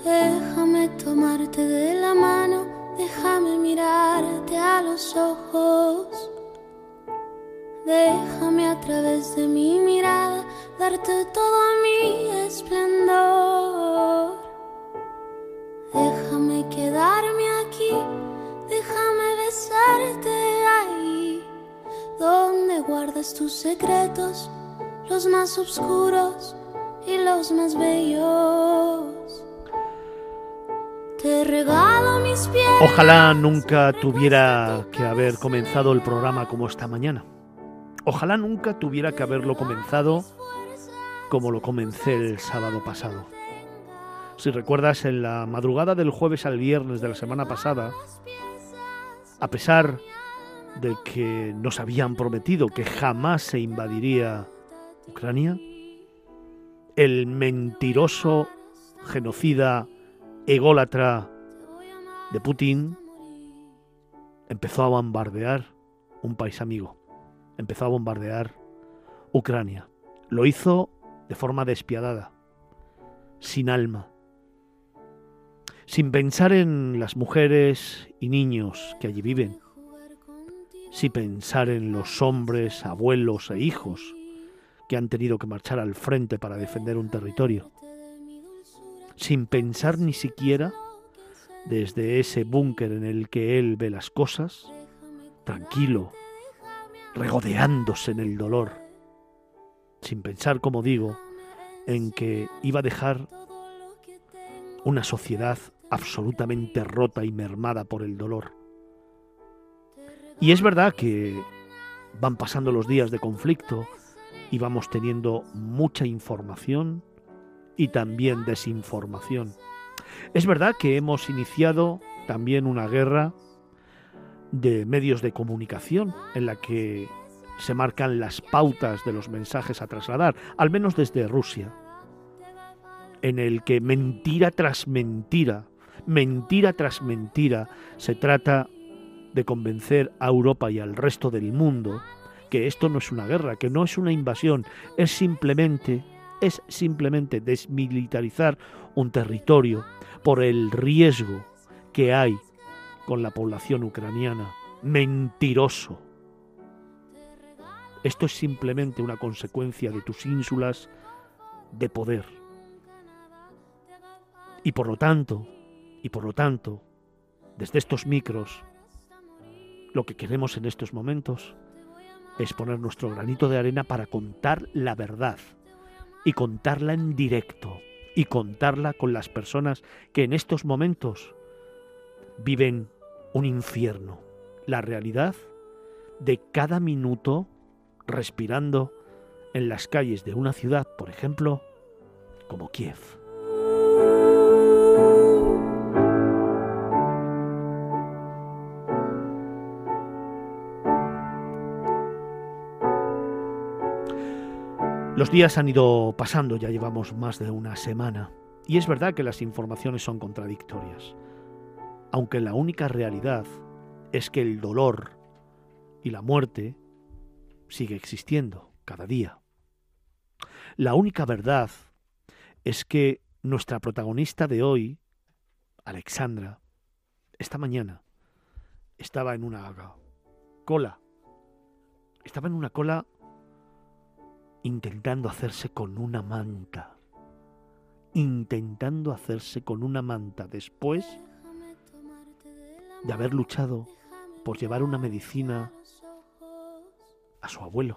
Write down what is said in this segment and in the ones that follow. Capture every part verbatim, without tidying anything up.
Déjame tomarte de la mano, déjame mirarte a los ojos. Déjame a través de mi mirada darte todo mi esplendor. Déjame quedarme aquí, déjame besarte ahí, donde guardas tus secretos, los más oscuros y los más bellos. Te regalo mis pies. Ojalá nunca tuviera que haber comenzado el programa como esta mañana. Ojalá nunca tuviera que haberlo comenzado como lo comencé el sábado pasado. Si recuerdas, en la madrugada del jueves al viernes de la semana pasada, a pesar de que nos habían prometido que jamás se invadiría Ucrania, el mentiroso genocida ególatra de Putin empezó a bombardear un país amigo, empezó a bombardear Ucrania. Lo hizo de forma despiadada, sin alma, sin pensar en las mujeres y niños que allí viven, sin pensar en los hombres, abuelos e hijos que han tenido que marchar al frente para defender un territorio, sin pensar ni siquiera desde ese búnker en el que él ve las cosas, tranquilo, regodeándose en el dolor, sin pensar, como digo, en que iba a dejar una sociedad absolutamente rota y mermada por el dolor. Y es verdad que van pasando los días de conflicto y vamos teniendo mucha información y también desinformación. Es verdad que hemos iniciado también una guerra de medios de comunicación en la que se marcan las pautas de los mensajes a trasladar, al menos desde Rusia, en el que mentira tras mentira, mentira tras mentira, se trata de convencer a Europa y al resto del mundo que esto no es una guerra, que no es una invasión, es simplemente, es simplemente desmilitarizar un territorio por el riesgo que hay con la población ucraniana. Mentiroso. Esto es simplemente una consecuencia de tus ínsulas de poder. Y por lo tanto, y por lo tanto, desde estos micros, lo que queremos en estos momentos es poner nuestro granito de arena para contar la verdad y contarla en directo y contarla con las personas que en estos momentos viven un infierno, la realidad de cada minuto respirando en las calles de una ciudad, por ejemplo, como Kiev. Los días han ido pasando, ya llevamos más de una semana, y es verdad que las informaciones son contradictorias, aunque la única realidad es que el dolor y la muerte sigue existiendo cada día. La única verdad es que nuestra protagonista de hoy, Alexandra, esta mañana estaba en una cola, estaba en una cola intentando hacerse con una manta, intentando hacerse con una manta después de haber luchado por llevar una medicina a su abuelo.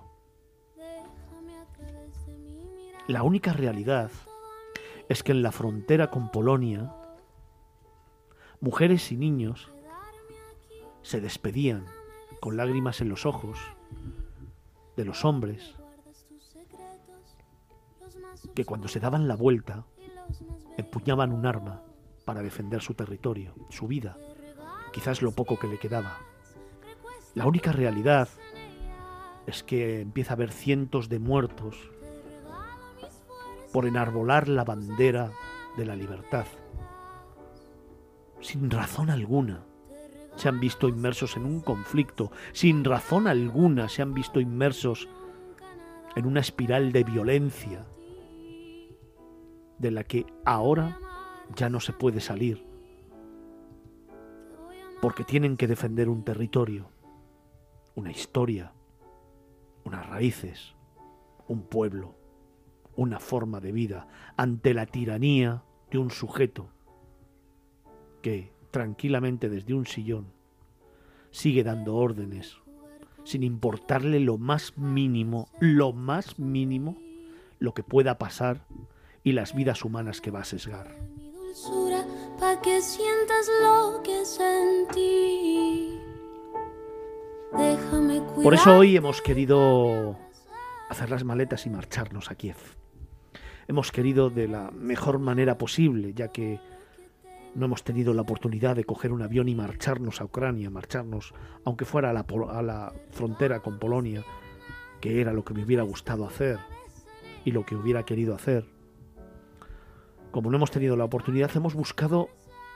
La única realidad es que en la frontera con Polonia, mujeres y niños se despedían con lágrimas en los ojos de los hombres que cuando se daban la vuelta empuñaban un arma para defender su territorio, su vida, quizás lo poco que le quedaba. La única realidad es que empieza a haber cientos de muertos por enarbolar la bandera de la libertad. Sin razón alguna se han visto inmersos en un conflicto, sin razón alguna se han visto inmersos en una espiral de violencia de la que ahora ya no se puede salir, porque tienen que defender un territorio, una historia, unas raíces, un pueblo, una forma de vida, ante la tiranía de un sujeto que tranquilamente desde un sillón sigue dando órdenes sin importarle lo más mínimo, lo más mínimo, lo que pueda pasar y las vidas humanas que va a sesgar. Pa' que sientas lo que sentí. Déjame cuidar. Por eso hoy hemos querido hacer las maletas y marcharnos a Kiev. Hemos querido de la mejor manera posible, ya que no hemos tenido la oportunidad de coger un avión y marcharnos a Ucrania, marcharnos, aunque fuera a la, a la frontera con Polonia, que era lo que me hubiera gustado hacer y lo que hubiera querido hacer. Como no hemos tenido la oportunidad, hemos buscado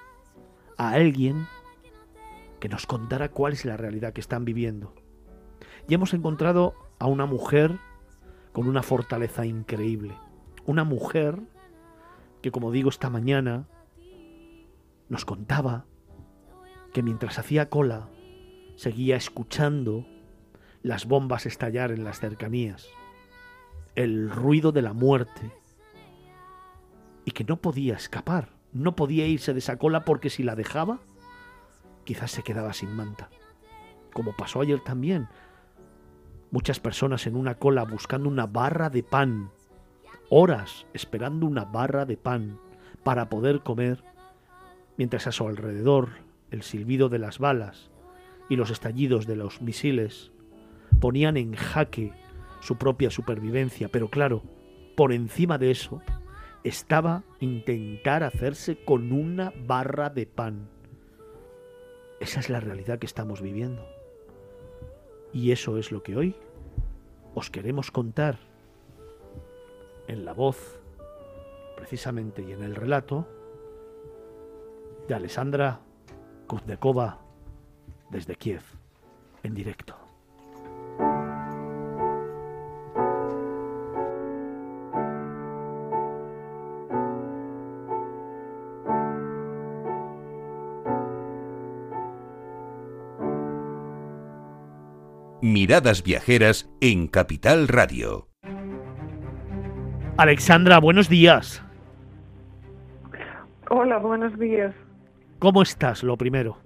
a alguien que nos contara cuál es la realidad que están viviendo. Y hemos encontrado a una mujer con una fortaleza increíble. Una mujer que, como digo, esta mañana nos contaba que mientras hacía cola seguía escuchando las bombas estallar en las cercanías, el ruido de la muerte, y que no podía escapar, no podía irse de esa cola porque si la dejaba, quizás se quedaba sin manta. Como pasó ayer también, muchas personas en una cola buscando una barra de pan, horas esperando una barra de pan para poder comer, mientras a su alrededor el silbido de las balas y los estallidos de los misiles ponían en jaque su propia supervivencia. Pero claro, por encima de eso estaba intentar hacerse con una barra de pan. Esa es la realidad que estamos viviendo. Y eso es lo que hoy os queremos contar en la voz, precisamente, y en el relato de Alexandra Kuznecova desde Kiev, en directo. Miradas viajeras en Capital Radio. Alexandra, buenos días. Hola, buenos días. ¿Cómo estás, lo primero?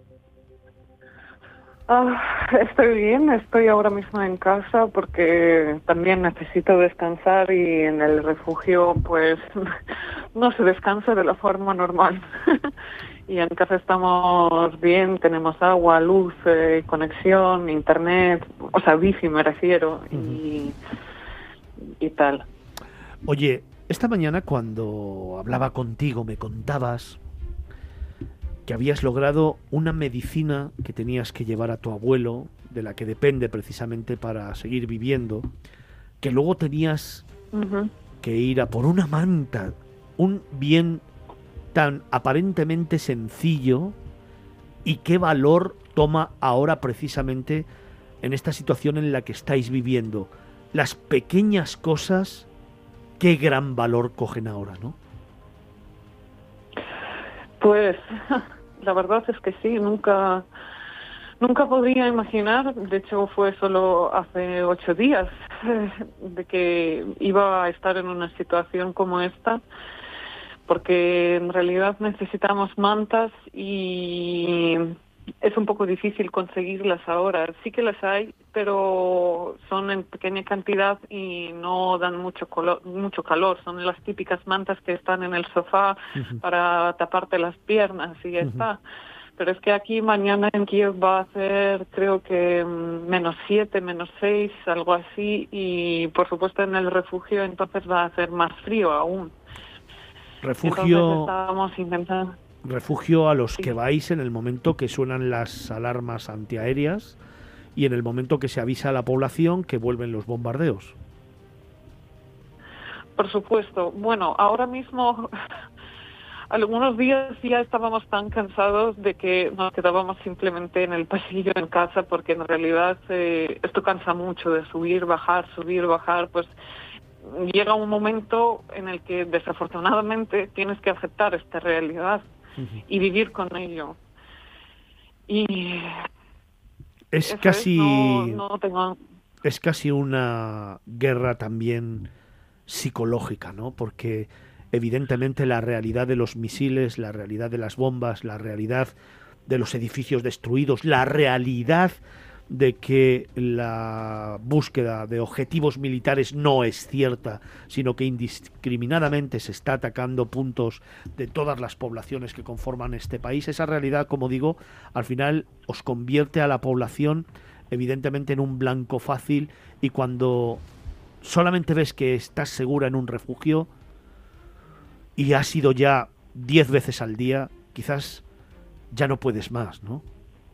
Ah, estoy bien, estoy ahora mismo en casa porque también necesito descansar y en el refugio pues no se descansa de la forma normal. Y en casa estamos bien, tenemos agua, luz, eh, conexión, internet, o sea, wifi me refiero, uh-huh. y, y tal. Oye, esta mañana cuando hablaba contigo me contabas que habías logrado una medicina que tenías que llevar a tu abuelo, de la que depende precisamente para seguir viviendo, que luego tenías uh-huh. que ir a por una manta, un bien tan aparentemente sencillo, y qué valor toma ahora precisamente en esta situación en la que estáis viviendo. Las pequeñas cosas, qué gran valor cogen ahora, ¿no? Pues la verdad es que sí, nunca nunca podría imaginar, de hecho fue solo hace ocho días de que iba a estar en una situación como esta, porque en realidad necesitamos mantas y es un poco difícil conseguirlas ahora. Sí que las hay, pero son en pequeña cantidad y no dan mucho color, mucho calor. Son las típicas mantas que están en el sofá uh-huh. para taparte las piernas y ya uh-huh. está. Pero es que aquí mañana en Kiev va a hacer, creo que menos siete, menos seis, algo así. Y por supuesto en el refugio entonces va a hacer más frío aún. Refugio... Entonces estábamos intentando... Refugio a los sí. que vais en el momento que suenan las alarmas antiaéreas y en el momento que se avisa a la población que vuelven los bombardeos. Por supuesto. Bueno, ahora mismo, algunos días ya estábamos tan cansados de que nos quedábamos simplemente en el pasillo en casa, porque en realidad eh, esto cansa mucho de subir, bajar, subir, bajar, pues llega un momento en el que desafortunadamente tienes que aceptar esta realidad uh-huh. y vivir con ello. Y es casi es, no, no tengo... es casi una guerra también psicológica, ¿no? Porque evidentemente la realidad de los misiles, la realidad de las bombas, la realidad de los edificios destruidos, la realidad de que la búsqueda de objetivos militares no es cierta, sino que indiscriminadamente se está atacando puntos de todas las poblaciones que conforman este país. Esa realidad, como digo, al final os convierte a la población evidentemente en un blanco fácil, y cuando solamente ves que estás segura en un refugio y has ido ya diez veces al día, quizás ya no puedes más, ¿no?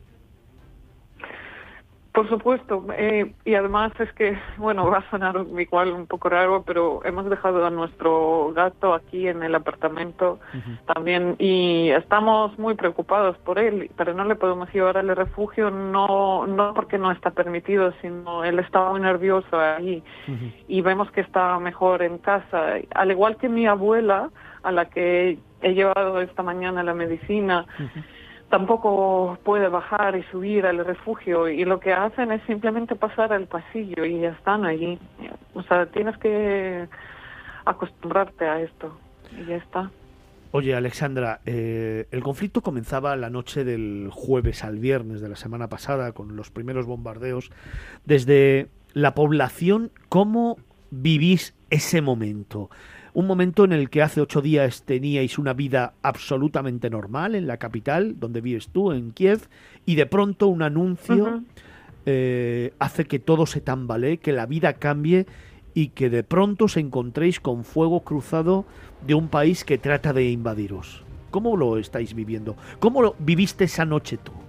Por supuesto, eh, y además es que, bueno, va a sonar igual un poco raro, pero hemos dejado a nuestro gato aquí en el apartamento uh-huh. también, y estamos muy preocupados por él, pero no le podemos llevar al refugio, no no porque no está permitido, sino él está muy nervioso ahí uh-huh. y vemos que está mejor en casa, al igual que mi abuela, a la que he llevado esta mañana la medicina. Uh-huh. Tampoco puede bajar y subir al refugio, y lo que hacen es simplemente pasar al pasillo y ya están allí. O sea, tienes que acostumbrarte a esto y ya está. Oye, Alexandra, eh, el conflicto comenzaba la noche del jueves al viernes de la semana pasada con los primeros bombardeos. Desde la población, ¿cómo vivís ese momento? Un momento en el que hace ocho días teníais una vida absolutamente normal en la capital, donde vives tú, en Kiev, y de pronto un anuncio uh-huh. eh, hace que todo se tambalee, que la vida cambie y que de pronto os encontréis con fuego cruzado de un país que trata de invadiros. ¿Cómo lo estáis viviendo? ¿Cómo lo viviste esa noche tú?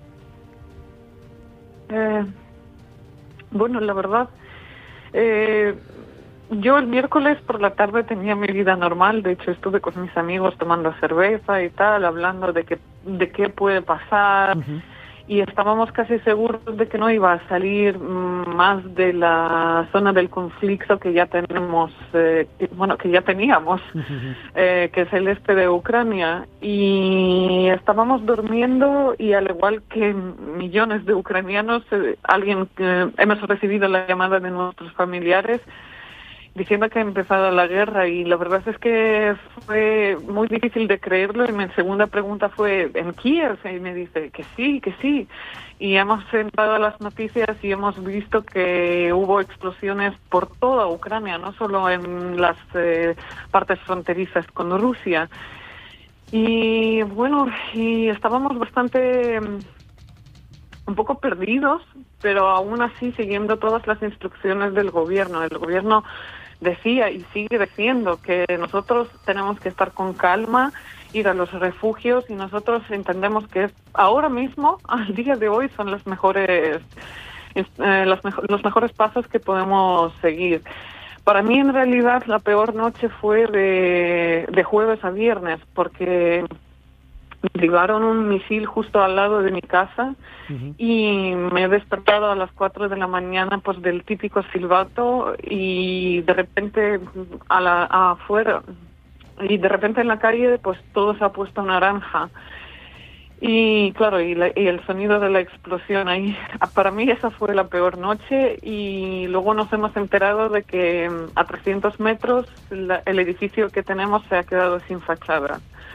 Eh, bueno, la verdad... Eh... Yo el miércoles por la tarde tenía mi vida normal, de hecho estuve con mis amigos tomando cerveza y tal, hablando de, que, de qué puede pasar, uh-huh. y estábamos casi seguros de que no iba a salir mmm, más de la zona del conflicto que ya tenemos, eh, bueno, que ya teníamos, uh-huh. eh, que es el este de Ucrania, y estábamos durmiendo, y al igual que millones de ucranianos, eh, alguien eh, hemos recibido la llamada de nuestros familiares diciendo que ha empezado la guerra, y la verdad es que fue muy difícil de creerlo, y mi segunda pregunta fue, ¿en Kiev? Y me dice que sí, que sí. Y hemos entrado a las noticias y hemos visto que hubo explosiones por toda Ucrania, no solo en las eh, partes fronterizas con Rusia. Y bueno, y estábamos bastante... un poco perdidos, pero aún así siguiendo todas las instrucciones del gobierno. El gobierno decía y sigue diciendo que nosotros tenemos que estar con calma, ir a los refugios, y nosotros entendemos que ahora mismo, al día de hoy, son los mejores, eh, los, mejo- los mejores pasos que podemos seguir. Para mí, en realidad, la peor noche fue de, de jueves a viernes, porque derribaron un misil justo al lado de mi casa uh-huh. y me he despertado a las cuatro de la mañana pues del típico silbato, y de repente a la afuera y de repente en la calle pues todo se ha puesto naranja, y claro, y, la, y el sonido de la explosión ahí, para mí esa fue la peor noche. Y luego nos hemos enterado de que a trescientos metros la, el edificio que tenemos se ha quedado sin fachada.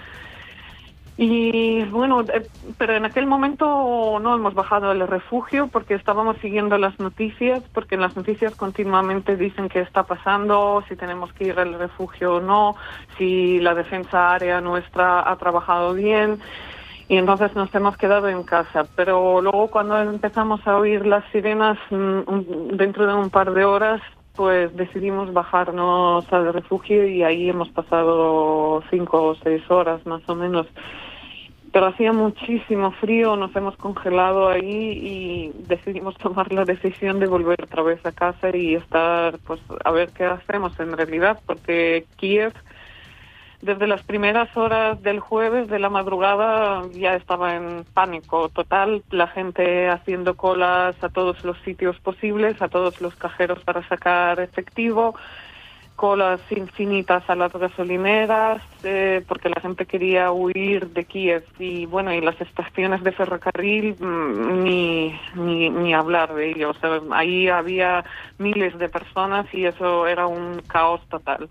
Y bueno, eh, pero en aquel momento no hemos bajado al refugio porque estábamos siguiendo las noticias, porque en las noticias continuamente dicen qué está pasando, si tenemos que ir al refugio o no, si la defensa aérea nuestra ha trabajado bien, y entonces nos hemos quedado en casa. Pero luego cuando empezamos a oír las sirenas mm, dentro de un par de horas, pues decidimos bajarnos al refugio, y ahí hemos pasado cinco o seis horas más o menos. Pero hacía muchísimo frío, nos hemos congelado ahí y decidimos tomar la decisión de volver otra vez a casa y estar, pues, a ver qué hacemos en realidad, porque Kiev, desde las primeras horas del jueves de la madrugada, ya estaba en pánico total, la gente haciendo colas a todos los sitios posibles, a todos los cajeros para sacar efectivo. colas infinitas a las gasolineras eh, porque la gente quería huir de Kiev, y bueno, y las estaciones de ferrocarril mmm, ni, ni ni hablar de ello. O sea, ahí había miles de personas y eso era un caos total.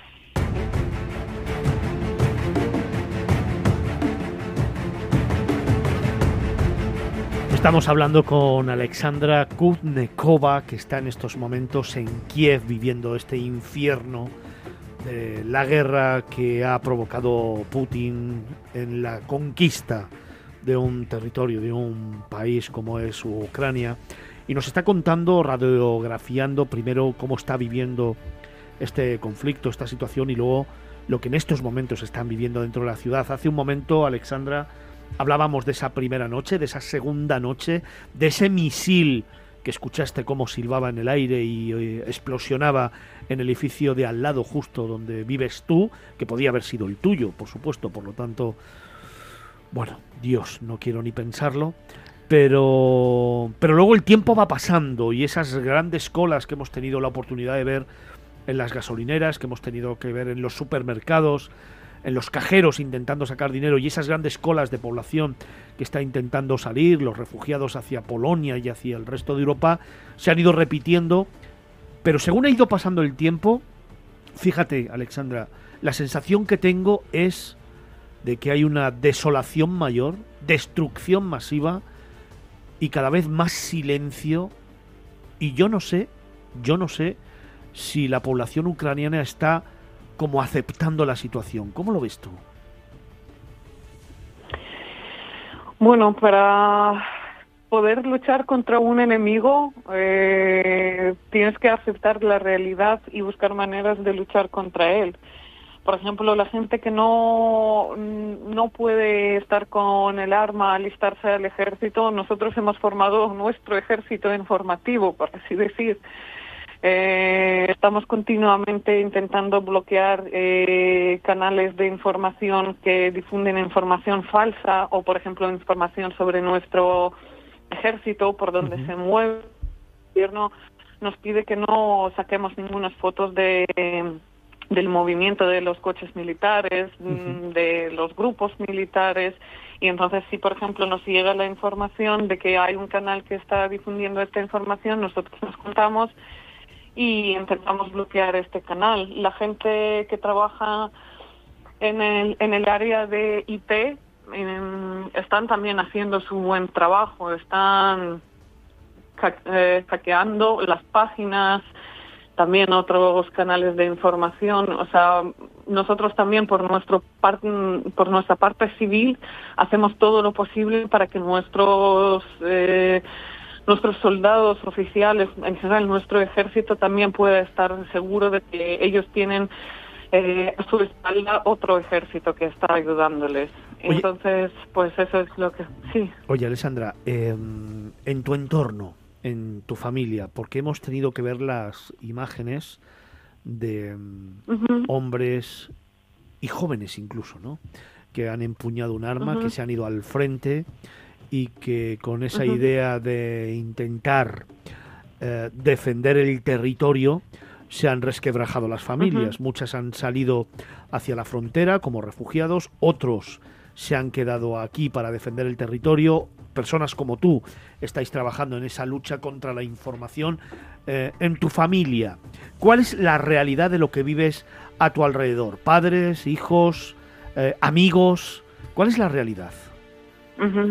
Estamos hablando con Alexandra Kutnikova, que está en estos momentos en Kiev viviendo este infierno de la guerra que ha provocado Putin en la conquista de un territorio, de un país como es Ucrania, y nos está contando, radiografiando primero cómo está viviendo este conflicto, esta situación, y luego lo que en estos momentos están viviendo dentro de la ciudad. Hace un momento, Alexandra, hablábamos de esa primera noche, de esa segunda noche, de ese misil que escuchaste cómo silbaba en el aire y eh, explosionaba en el edificio de al lado, justo donde vives tú, que podía haber sido el tuyo, por supuesto. Por lo tanto, bueno, Dios, no quiero ni pensarlo, pero, pero luego el tiempo va pasando y esas grandes colas que hemos tenido la oportunidad de ver en las gasolineras, que hemos tenido que ver en los supermercados, en los cajeros intentando sacar dinero, y esas grandes colas de población que está intentando salir, los refugiados hacia Polonia y hacia el resto de Europa, se han ido repitiendo. Pero según ha ido pasando el tiempo, fíjate, Alexandra, la sensación que tengo es de que hay una desolación mayor, destrucción masiva y cada vez más silencio, y yo no sé, yo no sé si la población ucraniana está como aceptando la situación. ¿Cómo lo ves tú? Bueno, para poder luchar contra un enemigo eh, tienes que aceptar la realidad y buscar maneras de luchar contra él. Por ejemplo, la gente que no, no puede estar con el arma, alistarse al ejército, nosotros hemos formado nuestro ejército informativo, por así decir. Eh, estamos continuamente intentando bloquear eh, canales de información que difunden información falsa, o, por ejemplo, información sobre nuestro ejército, por donde uh-huh. se mueve. El gobierno nos pide que no saquemos ninguna fotos de, del movimiento de los coches militares, uh-huh. de los grupos militares. Y entonces, si por ejemplo nos llega la información de que hay un canal que está difundiendo esta información, nosotros nos contamos y intentamos bloquear este canal. La gente que trabaja en el en el área de I T eh, están también haciendo su buen trabajo, están eh, hackeando las páginas, también otros canales de información. O sea, nosotros también por nuestro par, por nuestra parte civil hacemos todo lo posible para que nuestros eh, nuestros soldados oficiales, en general nuestro ejército, también pueda estar seguro de que ellos tienen eh, a su espalda otro ejército que está ayudándoles. Oye, entonces, pues eso es lo que... Sí. Oye, Alexandra, eh, en tu entorno, en tu familia, porque hemos tenido que ver las imágenes de uh-huh. hombres y jóvenes incluso, ¿no?, que han empuñado un arma, uh-huh. que se han ido al frente y que con esa uh-huh. idea de intentar eh, defender el territorio se han resquebrajado las familias. Uh-huh. Muchas han salido hacia la frontera como refugiados, otros se han quedado aquí para defender el territorio. Personas como tú estáis trabajando en esa lucha contra la información. Eh, en tu familia, ¿cuál es la realidad de lo que vives a tu alrededor? ¿Padres, hijos, eh, amigos? ¿Cuál es la realidad? Uh-huh.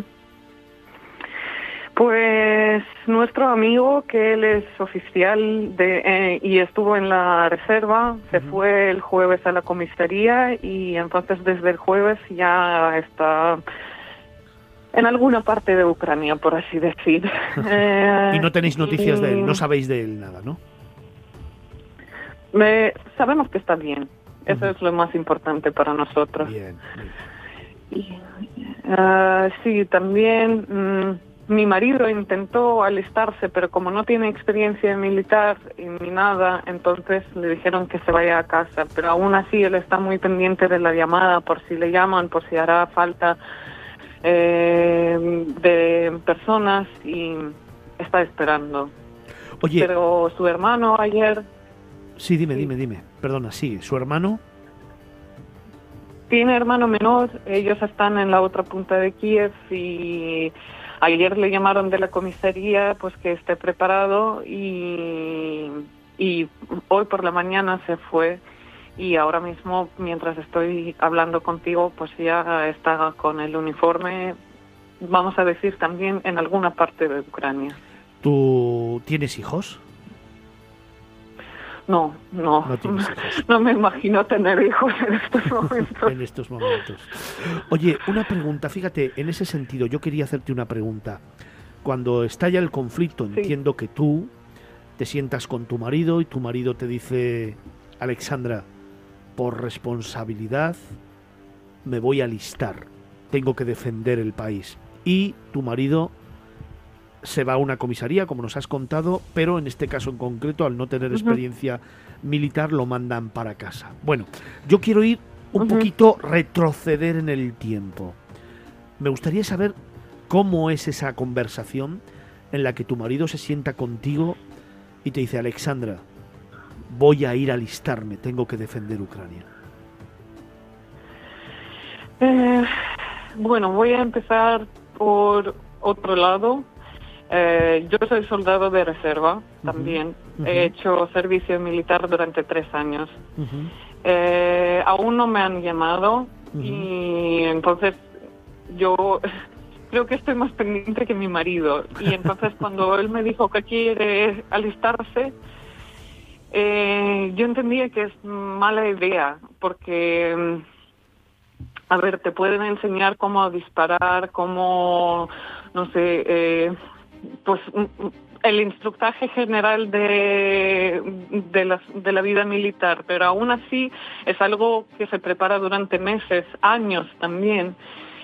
Pues nuestro amigo, que él es oficial de eh, y estuvo en la reserva, uh-huh. se fue el jueves a la comisaría y entonces desde el jueves ya está en alguna parte de Ucrania, por así decir. eh, y no tenéis noticias y... de él, no sabéis de él nada, ¿no? Me, sabemos que está bien, eso uh-huh. es lo más importante para nosotros. Bien, bien. Y, uh, sí, también... Mm, mi marido intentó alistarse, pero como no tiene experiencia militar ni nada, entonces le dijeron que se vaya a casa. Pero aún así él está muy pendiente de la llamada, por si le llaman, por si hará falta eh, de personas, y está esperando. Oye, pero su hermano ayer... Sí, dime, sí. dime, dime. perdona, sí, su hermano. Tiene hermano menor, ellos están en la otra punta de Kiev y ayer le llamaron de la comisaría pues que esté preparado y, y hoy por la mañana se fue y ahora mismo mientras estoy hablando contigo pues ya está con el uniforme, vamos a decir también en alguna parte de Ucrania. ¿Tú tienes hijos? No, no, No tienes hijos. No me imagino tener hijos en estos momentos. En estos momentos. Oye, una pregunta, fíjate, en ese sentido, yo quería hacerte una pregunta. Cuando estalla el conflicto, Sí. entiendo que tú te sientas con tu marido y tu marido te dice, Alexandra, por responsabilidad me voy a alistar, tengo que defender el país. Y tu marido se va a una comisaría, como nos has contado, pero en este caso en concreto, al no tener Uh-huh. experiencia militar, lo mandan para casa. Bueno, yo quiero ir un Uh-huh. poquito, retroceder en el tiempo. Me gustaría saber cómo es esa conversación en la que tu marido se sienta contigo y te dice, Alexandra, voy a ir a alistarme, tengo que defender Ucrania. Eh, bueno, voy a empezar por otro lado. Eh, yo soy soldado de reserva también. Uh-huh. He hecho servicio militar durante tres años. Uh-huh. Eh, aún no me han llamado Uh-huh. y entonces yo creo que estoy más pendiente que mi marido. Y entonces cuando él me dijo que quiere alistarse, eh, yo entendía que es mala idea porque... A ver, te pueden enseñar cómo disparar, cómo, no sé, eh, pues el instructaje general de, de, la, de la vida militar, pero aún así es algo que se prepara durante meses, años también.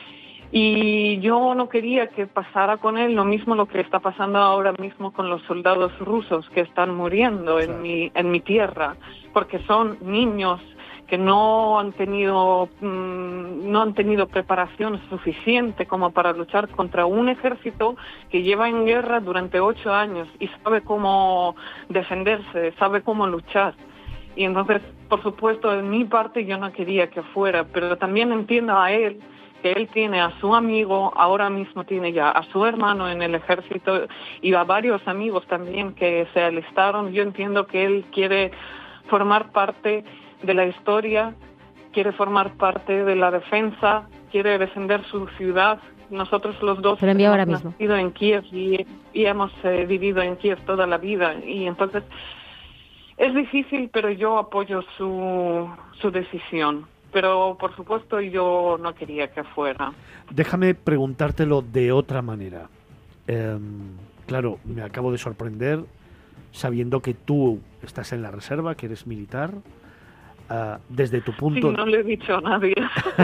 Y yo no quería que pasara con él lo mismo lo que está pasando ahora mismo con los soldados rusos que están muriendo en mi, en mi tierra, porque son niños que no han tenido mmm, no han tenido preparación suficiente como para luchar contra un ejército que lleva en guerra durante ocho años y sabe cómo defenderse, sabe cómo luchar. Y entonces, por supuesto, de mi parte yo no quería que fuera, pero también entiendo a él, que él tiene a su amigo, ahora mismo tiene ya a su hermano en el ejército y a varios amigos también que se alistaron. Yo entiendo que él quiere formar parte de la historia, quiere formar parte de la defensa, quiere defender su ciudad. Nosotros los dos hemos ahora nacido en Kiev y, y hemos eh, vivido en Kiev toda la vida. Y entonces es difícil, pero yo apoyo su, su decisión. Pero por supuesto yo no quería que fuera. Déjame preguntártelo de otra manera. Eh, claro, me acabo de sorprender sabiendo que tú estás en la reserva, que eres militar. Uh, desde tu punto sí, no le he dicho a nadie.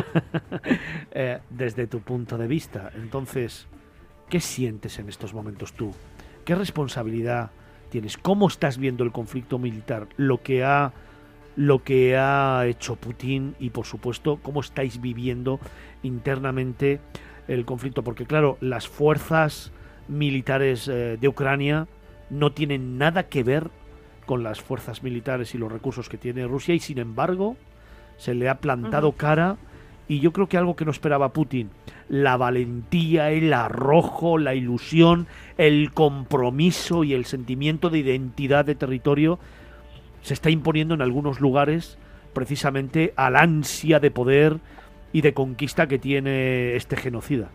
eh, desde tu punto de vista, entonces, ¿qué sientes en estos momentos tú? ¿Qué responsabilidad tienes? ¿Cómo estás viendo el conflicto militar? Lo que ha lo que ha hecho Putin y, por supuesto, cómo estáis viviendo internamente el conflicto, porque claro, las fuerzas militares eh, de Ucrania no tienen nada que ver con las fuerzas militares y los recursos que tiene Rusia y sin embargo se le ha plantado uh-huh. cara y yo creo que algo que no esperaba Putin, la valentía, el arrojo, la ilusión, el compromiso y el sentimiento de identidad de territorio se está imponiendo en algunos lugares precisamente al ansia de poder y de conquista que tiene este genocida.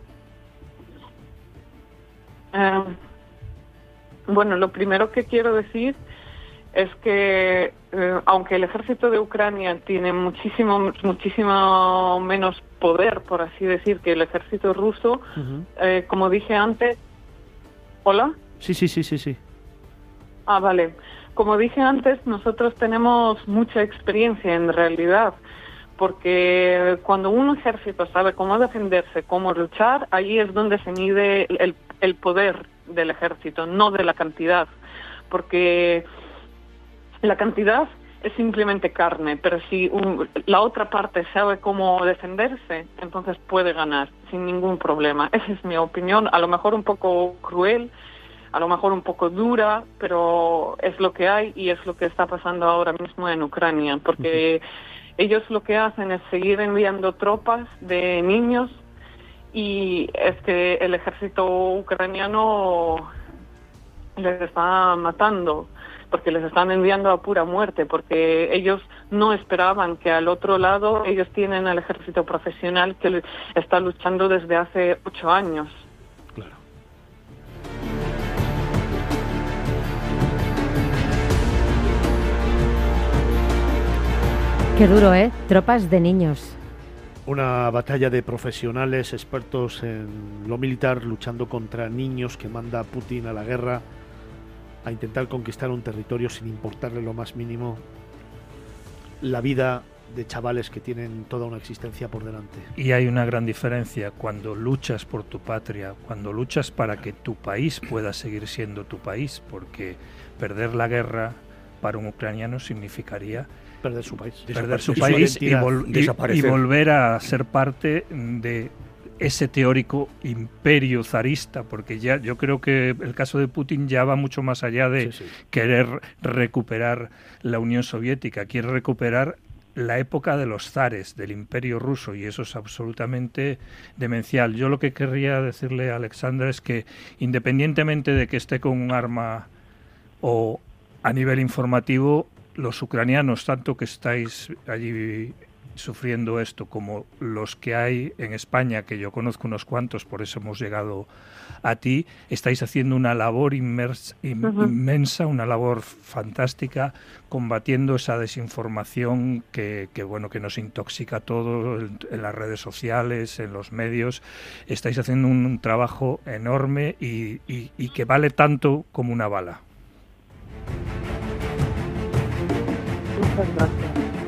Uh, bueno, lo primero que quiero decir es que eh, aunque el ejército de Ucrania tiene muchísimo muchísimo menos poder, por así decir, que el ejército ruso, uh-huh. eh, como dije antes... ¿Hola? Sí, sí, sí, sí, sí. Ah, vale. Como dije antes, nosotros tenemos mucha experiencia en realidad, porque cuando un ejército sabe cómo defenderse, cómo luchar, ahí es donde se mide el, el poder del ejército, no de la cantidad, porque la cantidad es simplemente carne, pero si un, la otra parte sabe cómo defenderse, entonces puede ganar sin ningún problema. Esa es mi opinión, a lo mejor un poco cruel, a lo mejor un poco dura, pero es lo que hay y es lo que está pasando ahora mismo en Ucrania, porque uh-huh. ellos lo que hacen es seguir enviando tropas de niños y es que el ejército ucraniano les está matando, porque les están enviando a pura muerte, porque ellos no esperaban que al otro lado ellos tienen al ejército profesional que está luchando desde hace ocho años. Claro. Qué duro, ¿eh? Tropas de niños. Una batalla de profesionales expertos en lo militar luchando contra niños que manda Putin a la guerra a intentar conquistar un territorio sin importarle lo más mínimo la vida de chavales que tienen toda una existencia por delante. Y hay una gran diferencia cuando luchas por tu patria, cuando luchas para que tu país pueda seguir siendo tu país, porque perder la guerra para un ucraniano significaría perder su país, perder su país y, vol- y, y volver a ser parte de ese teórico imperio zarista, porque ya yo creo que el caso de Putin ya va mucho más allá de sí, sí. querer recuperar la Unión Soviética, quiere recuperar la época de los zares, del imperio ruso, y eso es absolutamente demencial. Yo lo que querría decirle a Alexandra es que independientemente de que esté con un arma o a nivel informativo, los ucranianos, tanto que estáis allí sufriendo esto como los que hay en España, que yo conozco unos cuantos, por eso hemos llegado a ti, estáis haciendo una labor inmers- in- uh-huh. inmensa, una labor fantástica, combatiendo esa desinformación que, que bueno que nos intoxica todo en, en las redes sociales, en los medios. Estáis haciendo un, un trabajo enorme y, y, y que vale tanto como una bala. Muchas gracias.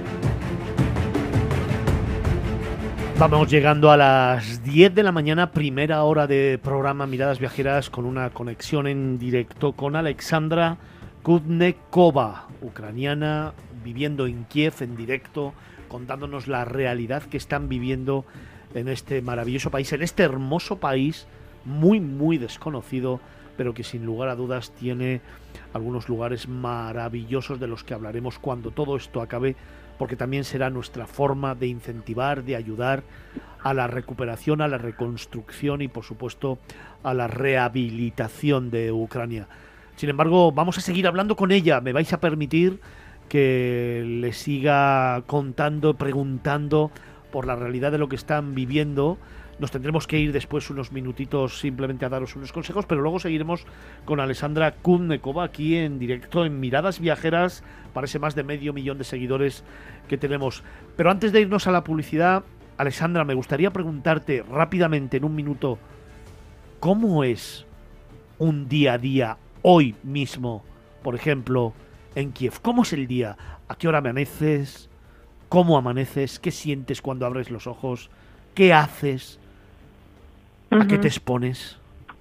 Vamos llegando a las diez de la mañana, primera hora de programa Miradas Viajeras, con una conexión en directo con Alexandra Kudnekova, ucraniana, viviendo en Kiev en directo, contándonos la realidad que están viviendo en este maravilloso país, en este hermoso país, muy, muy desconocido, pero que sin lugar a dudas tiene algunos lugares maravillosos de los que hablaremos cuando todo esto acabe, porque también será nuestra forma de incentivar, de ayudar a la recuperación, a la reconstrucción y, por supuesto, a la rehabilitación de Ucrania. Sin embargo, vamos a seguir hablando con ella. Me vais a permitir que le siga contando, preguntando por la realidad de lo que están viviendo. Nos tendremos que ir después unos minutitos simplemente a daros unos consejos, pero luego seguiremos con Alexandra Kudnekova aquí en directo en Miradas Viajeras para ese más de medio millón de seguidores que tenemos. Pero antes de irnos a la publicidad, Alexandra, me gustaría preguntarte rápidamente en un minuto, ¿cómo es un día a día hoy mismo, por ejemplo, en Kiev? ¿Cómo es el día? ¿A qué hora amaneces? ¿Cómo amaneces? ¿Qué sientes cuando abres los ojos? ¿Qué haces? ¿A uh-huh. qué te expones?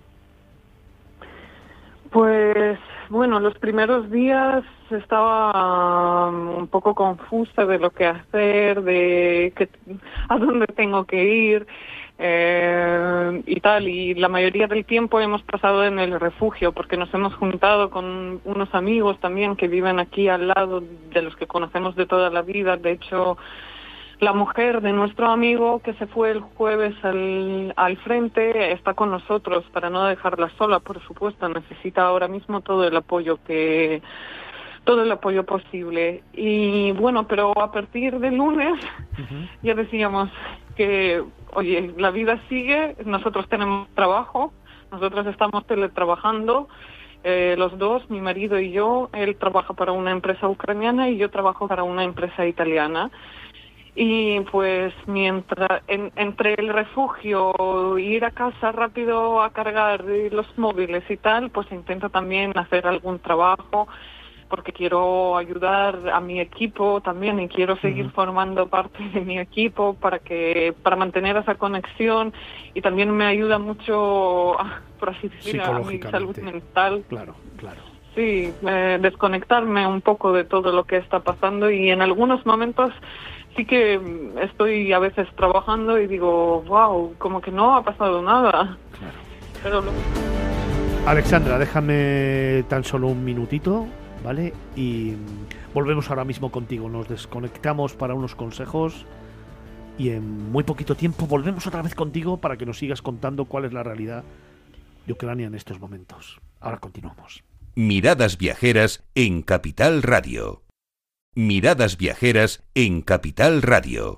Pues, bueno, los primeros días estaba um, un poco confusa de lo que hacer, de que, a dónde tengo que ir eh, y tal. Y la mayoría del tiempo hemos pasado en el refugio porque nos hemos juntado con unos amigos también que viven aquí al lado, de los que conocemos de toda la vida. De hecho, la mujer de nuestro amigo que se fue el jueves al, al frente está con nosotros para no dejarla sola, por supuesto. Necesita ahora mismo todo el apoyo que todo el apoyo posible. Y bueno, pero a partir del lunes uh-huh. ya decíamos que, oye, la vida sigue, nosotros tenemos trabajo, nosotros estamos teletrabajando, eh, los dos, mi marido y yo. Él trabaja para una empresa ucraniana y yo trabajo para una empresa italiana. Y pues mientras en, entre el refugio, ir a casa rápido a cargar los móviles y tal, pues intento también hacer algún trabajo porque quiero ayudar a mi equipo también y quiero seguir uh-huh. formando parte de mi equipo para que para mantener esa conexión, y también me ayuda mucho, por así decirlo, a mi salud mental. Claro, claro. Sí, eh, desconectarme un poco de todo lo que está pasando, y en algunos momentos sí que estoy a veces trabajando y digo, wow, como que no ha pasado nada. Claro. Pero lo... Alexandra, déjame tan solo un minutito, ¿vale? Y volvemos ahora mismo contigo. Nos desconectamos para unos consejos y en muy poquito tiempo volvemos otra vez contigo para que nos sigas contando cuál es la realidad de Ucrania en estos momentos. Ahora continuamos. Miradas Viajeras en Capital Radio. Miradas Viajeras en Capital Radio.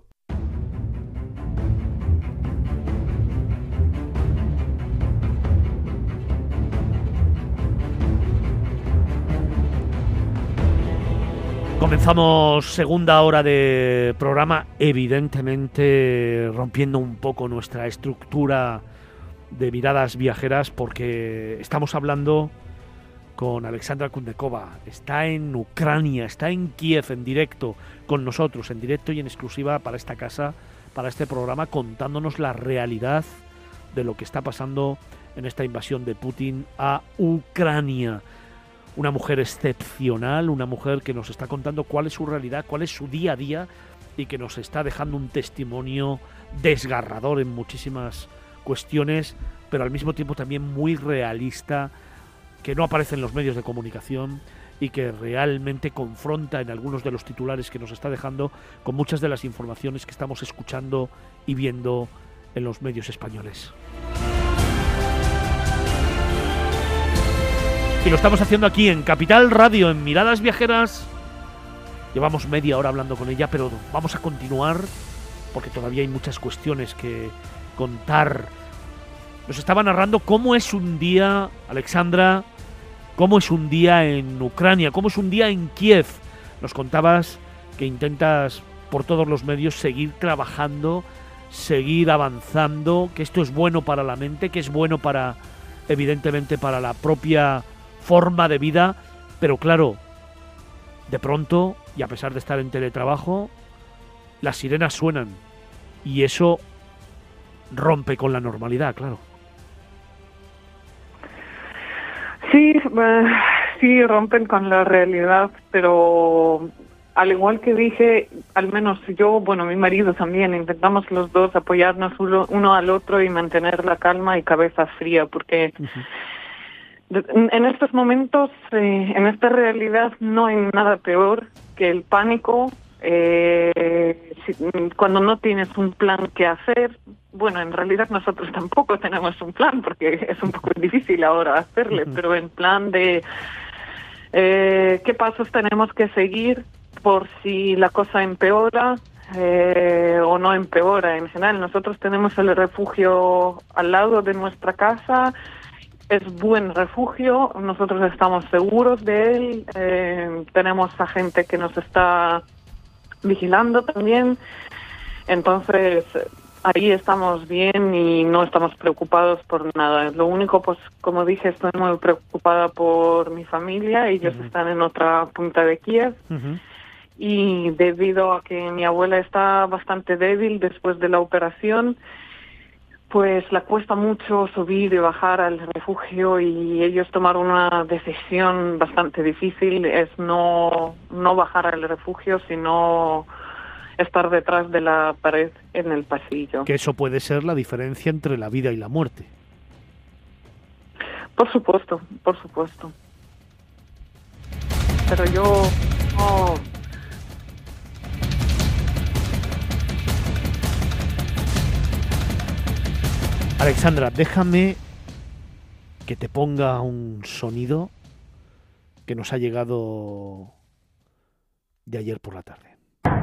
Comenzamos segunda hora de programa, evidentemente rompiendo un poco nuestra estructura de miradas viajeras, porque estamos hablando con Alexandra Kundekova. Está en Ucrania, está en Kiev en directo con nosotros, en directo y en exclusiva para esta casa, para este programa, contándonos la realidad de lo que está pasando en esta invasión de Putin a Ucrania. Una mujer excepcional, una mujer que nos está contando cuál es su realidad, cuál es su día a día y que nos está dejando un testimonio desgarrador en muchísimas cuestiones, pero al mismo tiempo también muy realista, que no aparece en los medios de comunicación y que realmente confronta en algunos de los titulares que nos está dejando con muchas de las informaciones que estamos escuchando y viendo en los medios españoles. Y lo estamos haciendo aquí en Capital Radio, en Miradas Viajeras. Llevamos media hora hablando con ella, pero vamos a continuar porque todavía hay muchas cuestiones que contar. Nos estaba narrando cómo es un día, Alexandra, cómo es un día en Ucrania, cómo es un día en Kiev. Nos contabas que intentas por todos los medios seguir trabajando, seguir avanzando, que esto es bueno para la mente, que es bueno para, evidentemente, para la propia forma de vida, pero claro, de pronto, y a pesar de estar en teletrabajo, las sirenas suenan y eso rompe con la normalidad, claro. Sí, eh, sí rompen con la realidad, pero al igual que dije, al menos yo, bueno, mi marido también, intentamos los dos apoyarnos uno, uno al otro y mantener la calma y cabeza fría, porque uh-huh. En estos momentos, eh, en esta realidad, no hay nada peor que el pánico. Eh, si, cuando no tienes un plan que hacer, bueno, en realidad nosotros tampoco tenemos un plan, porque es un poco difícil ahora hacerle, uh-huh. pero en plan de eh, qué pasos tenemos que seguir por si la cosa empeora eh, o no empeora. En general, nosotros tenemos el refugio al lado de nuestra casa. Es buen refugio, nosotros estamos seguros de él, eh, tenemos a gente que nos está vigilando también, entonces ahí estamos bien y no estamos preocupados por nada. Lo único, pues como dije, estoy muy preocupada por mi familia, ellos uh-huh. están en otra punta de Kiev uh-huh. y debido a que mi abuela está bastante débil después de la operación, pues le cuesta mucho subir y bajar al refugio y ellos tomaron una decisión bastante difícil, es no, no bajar al refugio, sino estar detrás de la pared en el pasillo. Que eso puede ser la diferencia entre la vida y la muerte. Por supuesto, por supuesto. Pero yo no... Alexandra, déjame que te ponga un sonido que nos ha llegado de ayer por la tarde.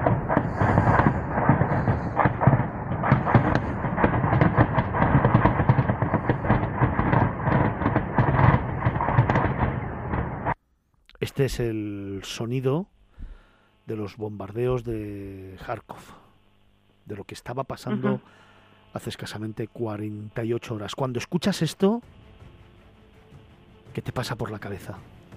Este es el sonido de los bombardeos de Kharkov, de lo que estaba pasando uh-huh. hace escasamente cuarenta y ocho horas. Cuando escuchas esto, ¿qué te pasa por la cabeza?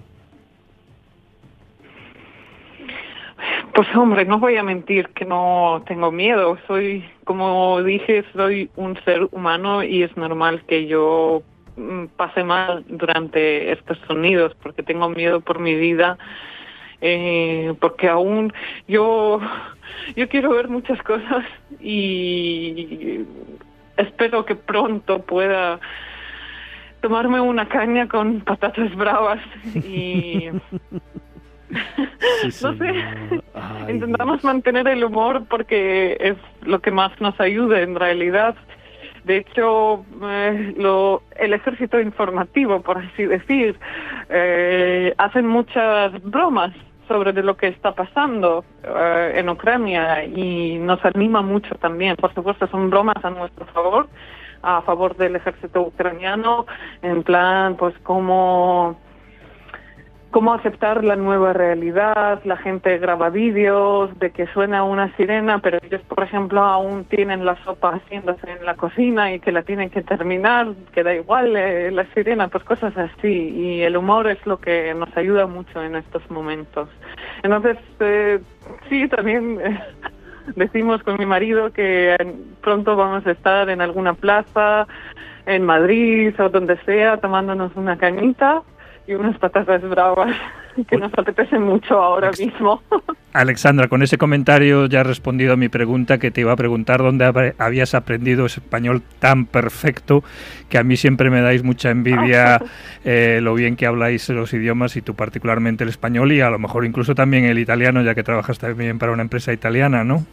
Pues hombre, no voy a mentir que no tengo miedo. Soy, como dije, soy un ser humano y es normal que yo pase mal durante estos sonidos porque tengo miedo por mi vida, eh, porque aún yo... Yo quiero ver muchas cosas y espero que pronto pueda tomarme una caña con patatas bravas y... Sí, no sé, Ay, intentamos Dios. mantener el humor porque es lo que más nos ayuda en realidad. De hecho, eh, lo, el ejército informativo, por así decir, eh, hacen muchas bromas sobre de lo que está pasando eh, en Ucrania y nos anima mucho también. Por supuesto, son bromas a nuestro favor, a favor del ejército ucraniano, en plan, pues, cómo... cómo aceptar la nueva realidad. La gente graba vídeos de que suena una sirena, pero ellos, por ejemplo, aún tienen la sopa haciéndose en la cocina y que la tienen que terminar, que da igual eh, la sirena, pues cosas así. Y el humor es lo que nos ayuda mucho en estos momentos. Entonces, eh, sí, también eh, decimos con mi marido que pronto vamos a estar en alguna plaza, en Madrid o donde sea, tomándonos una cañita y unas patatas bravas que nos apetecen mucho ahora mismo. Alexandra, con ese comentario ya has respondido a mi pregunta, que te iba a preguntar dónde habías aprendido ese español tan perfecto, que a mí siempre me dais mucha envidia eh, lo bien que habláis los idiomas y tú particularmente el español y a lo mejor incluso también el italiano, ya que trabajas también para una empresa italiana, ¿no?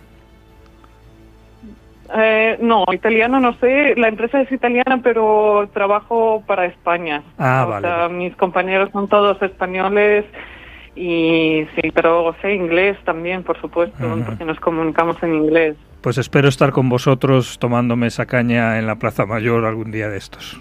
Eh, no, italiano no sé, la empresa es italiana, pero trabajo para España. Ah, o vale. sea, mis compañeros son todos españoles y sí, pero sé inglés también, por supuesto, uh-huh. porque nos comunicamos en inglés. Pues espero estar con vosotros tomándome esa caña en la Plaza Mayor algún día de estos.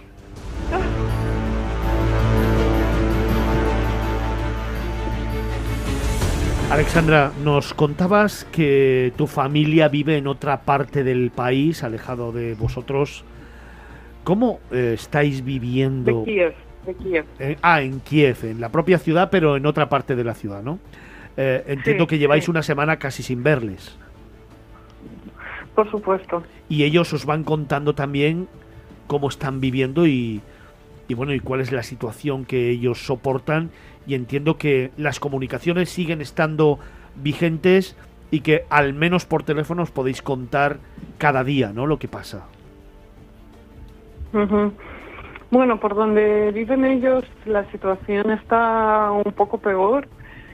Alexandra, nos contabas que tu familia vive en otra parte del país, alejado de vosotros. ¿Cómo eh, estáis viviendo? De Kiev, de Kiev. Eh, ah, en Kiev, en la propia ciudad, pero en otra parte de la ciudad, ¿no? Eh, entiendo sí, que lleváis sí. una semana casi sin verles. Por supuesto. Y ellos os van contando también cómo están viviendo y, y bueno, y cuál es la situación que ellos soportan. Y entiendo que las comunicaciones siguen estando vigentes y que al menos por teléfono os podéis contar cada día, ¿no?, lo que pasa. Uh-huh. Bueno, por donde viven ellos la situación está un poco peor,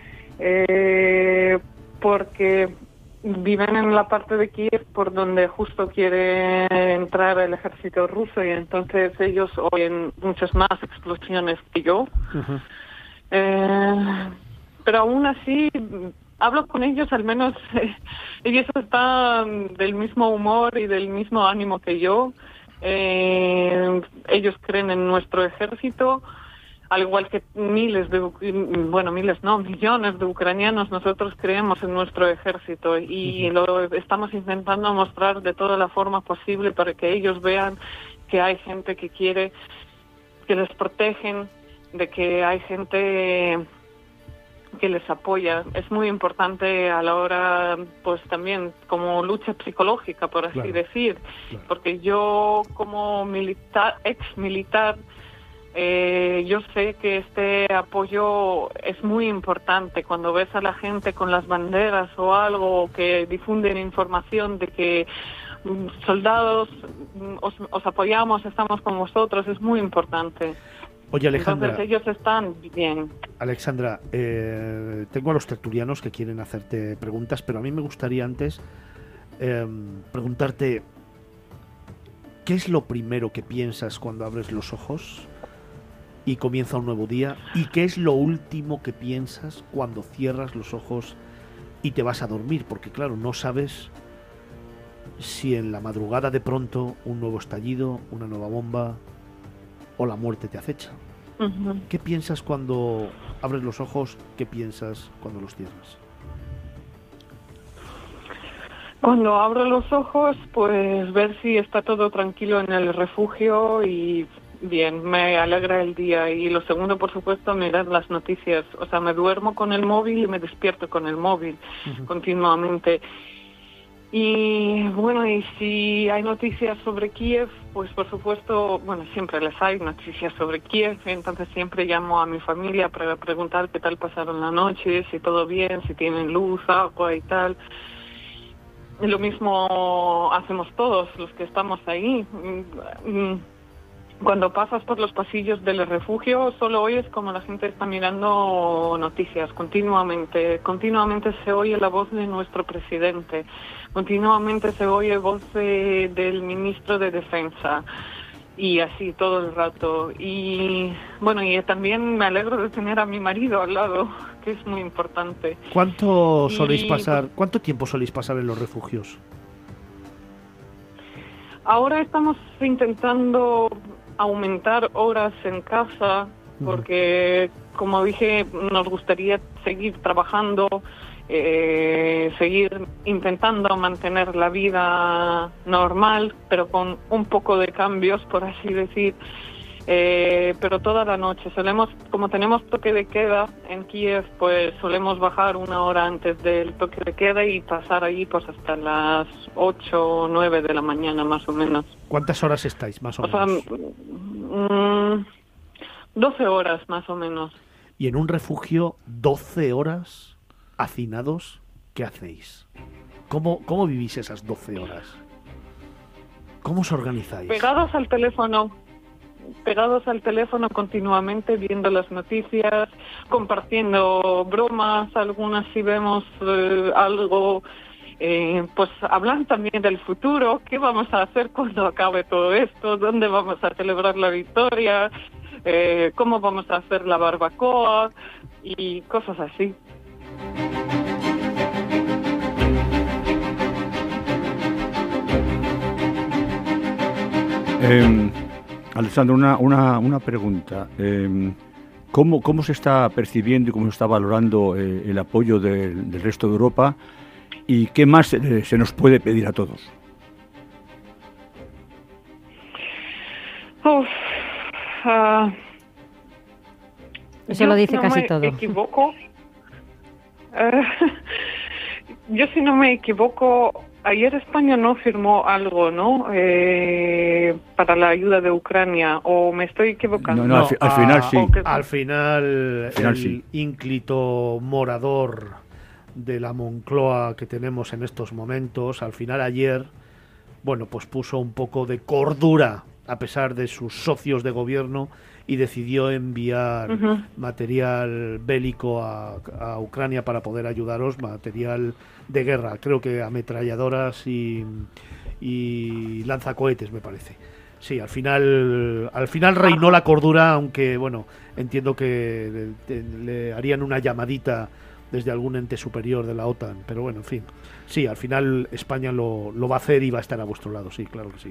eh, porque viven en la parte de Kiev por donde justo quiere entrar el ejército ruso y entonces ellos oyen muchas más explosiones que yo. Uh-huh. Eh, pero aún así hablo con ellos, al menos eh, ellos están del mismo humor y del mismo ánimo que yo. Eh, ellos creen en nuestro ejército, al igual que miles de, bueno, miles no, millones de ucranianos. Nosotros creemos en nuestro ejército y lo estamos intentando mostrar de toda la forma posible para que ellos vean que hay gente que quiere que les protegen, de que hay gente que les apoya. Es muy importante a la hora, pues también como lucha psicológica, por así claro, decir, claro. porque yo como militar, ex militar, eh, yo sé que este apoyo es muy importante. Cuando ves a la gente con las banderas o algo que difunden información de que soldados, os, os apoyamos, estamos con vosotros, es muy importante. Oye, Alejandra. Entonces ellos están bien. Alexandra, eh, tengo a los tertulianos que quieren hacerte preguntas, pero a mí me gustaría antes eh, preguntarte, ¿qué es lo primero que piensas cuando abres los ojos y comienza un nuevo día? ¿Y qué es lo último que piensas cuando cierras los ojos y te vas a dormir? Porque claro, no sabes si en la madrugada de pronto un nuevo estallido, una nueva bomba o la muerte te acecha. Uh-huh. ¿Qué piensas cuando abres los ojos? ¿Qué piensas cuando los cierras? Cuando abro los ojos, pues ver si está todo tranquilo en el refugio y bien, me alegra el día. Y lo segundo, por supuesto, mirar las noticias. O sea, me duermo con el móvil y me despierto con el móvil uh-huh. continuamente. Y bueno, y si hay noticias sobre Kiev, pues por supuesto, bueno, siempre les hay noticias sobre Kiev, entonces siempre llamo a mi familia para preguntar qué tal pasaron la noche, si todo bien, si tienen luz, agua y tal. Y lo mismo hacemos todos los que estamos ahí. cuando pasas por los pasillos del refugio solo oyes como la gente está mirando noticias continuamente. Continuamente se oye la voz de nuestro presidente, continuamente se oye voz de, del ministro de Defensa y así todo el rato. Y bueno, y también me alegro de tener a mi marido al lado, que es muy importante. ¿Cuánto soléis y, pasar? ¿Cuánto tiempo soléis pasar en los refugios? Ahora estamos intentando aumentar horas en casa porque, como dije, nos gustaría seguir trabajando, eh, seguir intentando mantener la vida normal, pero con un poco de cambios, por así decir. Eh, pero toda la noche solemos, como tenemos toque de queda en Kiev, pues solemos bajar una hora antes del toque de queda y pasar ahí pues hasta las ocho o nueve de la mañana más o menos. ¿Cuántas horas estáis más o, o menos? Sea, mmm, doce horas más o menos. Y en un refugio, doce horas hacinados, ¿qué hacéis? ¿Cómo, cómo vivís esas doce horas? ¿Cómo os organizáis? Pegados al teléfono. pegados al teléfono continuamente, viendo las noticias, compartiendo bromas, algunas si vemos eh, algo, eh, pues hablan también del futuro, qué vamos a hacer cuando acabe todo esto, dónde vamos a celebrar la victoria, eh, cómo vamos a hacer la barbacoa y cosas así. Eh... Alessandro, una, una, una pregunta. Eh, ¿cómo, ¿Cómo se está percibiendo y cómo se está valorando eh, el apoyo del, del resto de Europa? ¿Y qué más se, se nos puede pedir a todos? Uf, uh, Eso lo dice no casi me todo. Equivoco. Uh, yo si no me equivoco, ayer España no firmó algo, ¿no? Eh, para la ayuda de Ucrania, ¿o me estoy equivocando? No, no, al, fi al final sí. Que... Al final, al final el sí. ínclito morador de la Moncloa que tenemos en estos momentos, al final ayer, bueno, pues puso un poco de cordura a pesar de sus socios de gobierno y decidió enviar uh-huh. material bélico a, a Ucrania para poder ayudaros, material de guerra, creo que ametralladoras y, y lanzacohetes, me parece. Sí, al final al final reinó la cordura, aunque bueno, entiendo que le, le harían una llamadita desde algún ente superior de la OTAN, pero bueno, en fin. Sí, al final España lo, lo va a hacer y va a estar a vuestro lado, sí, claro que sí.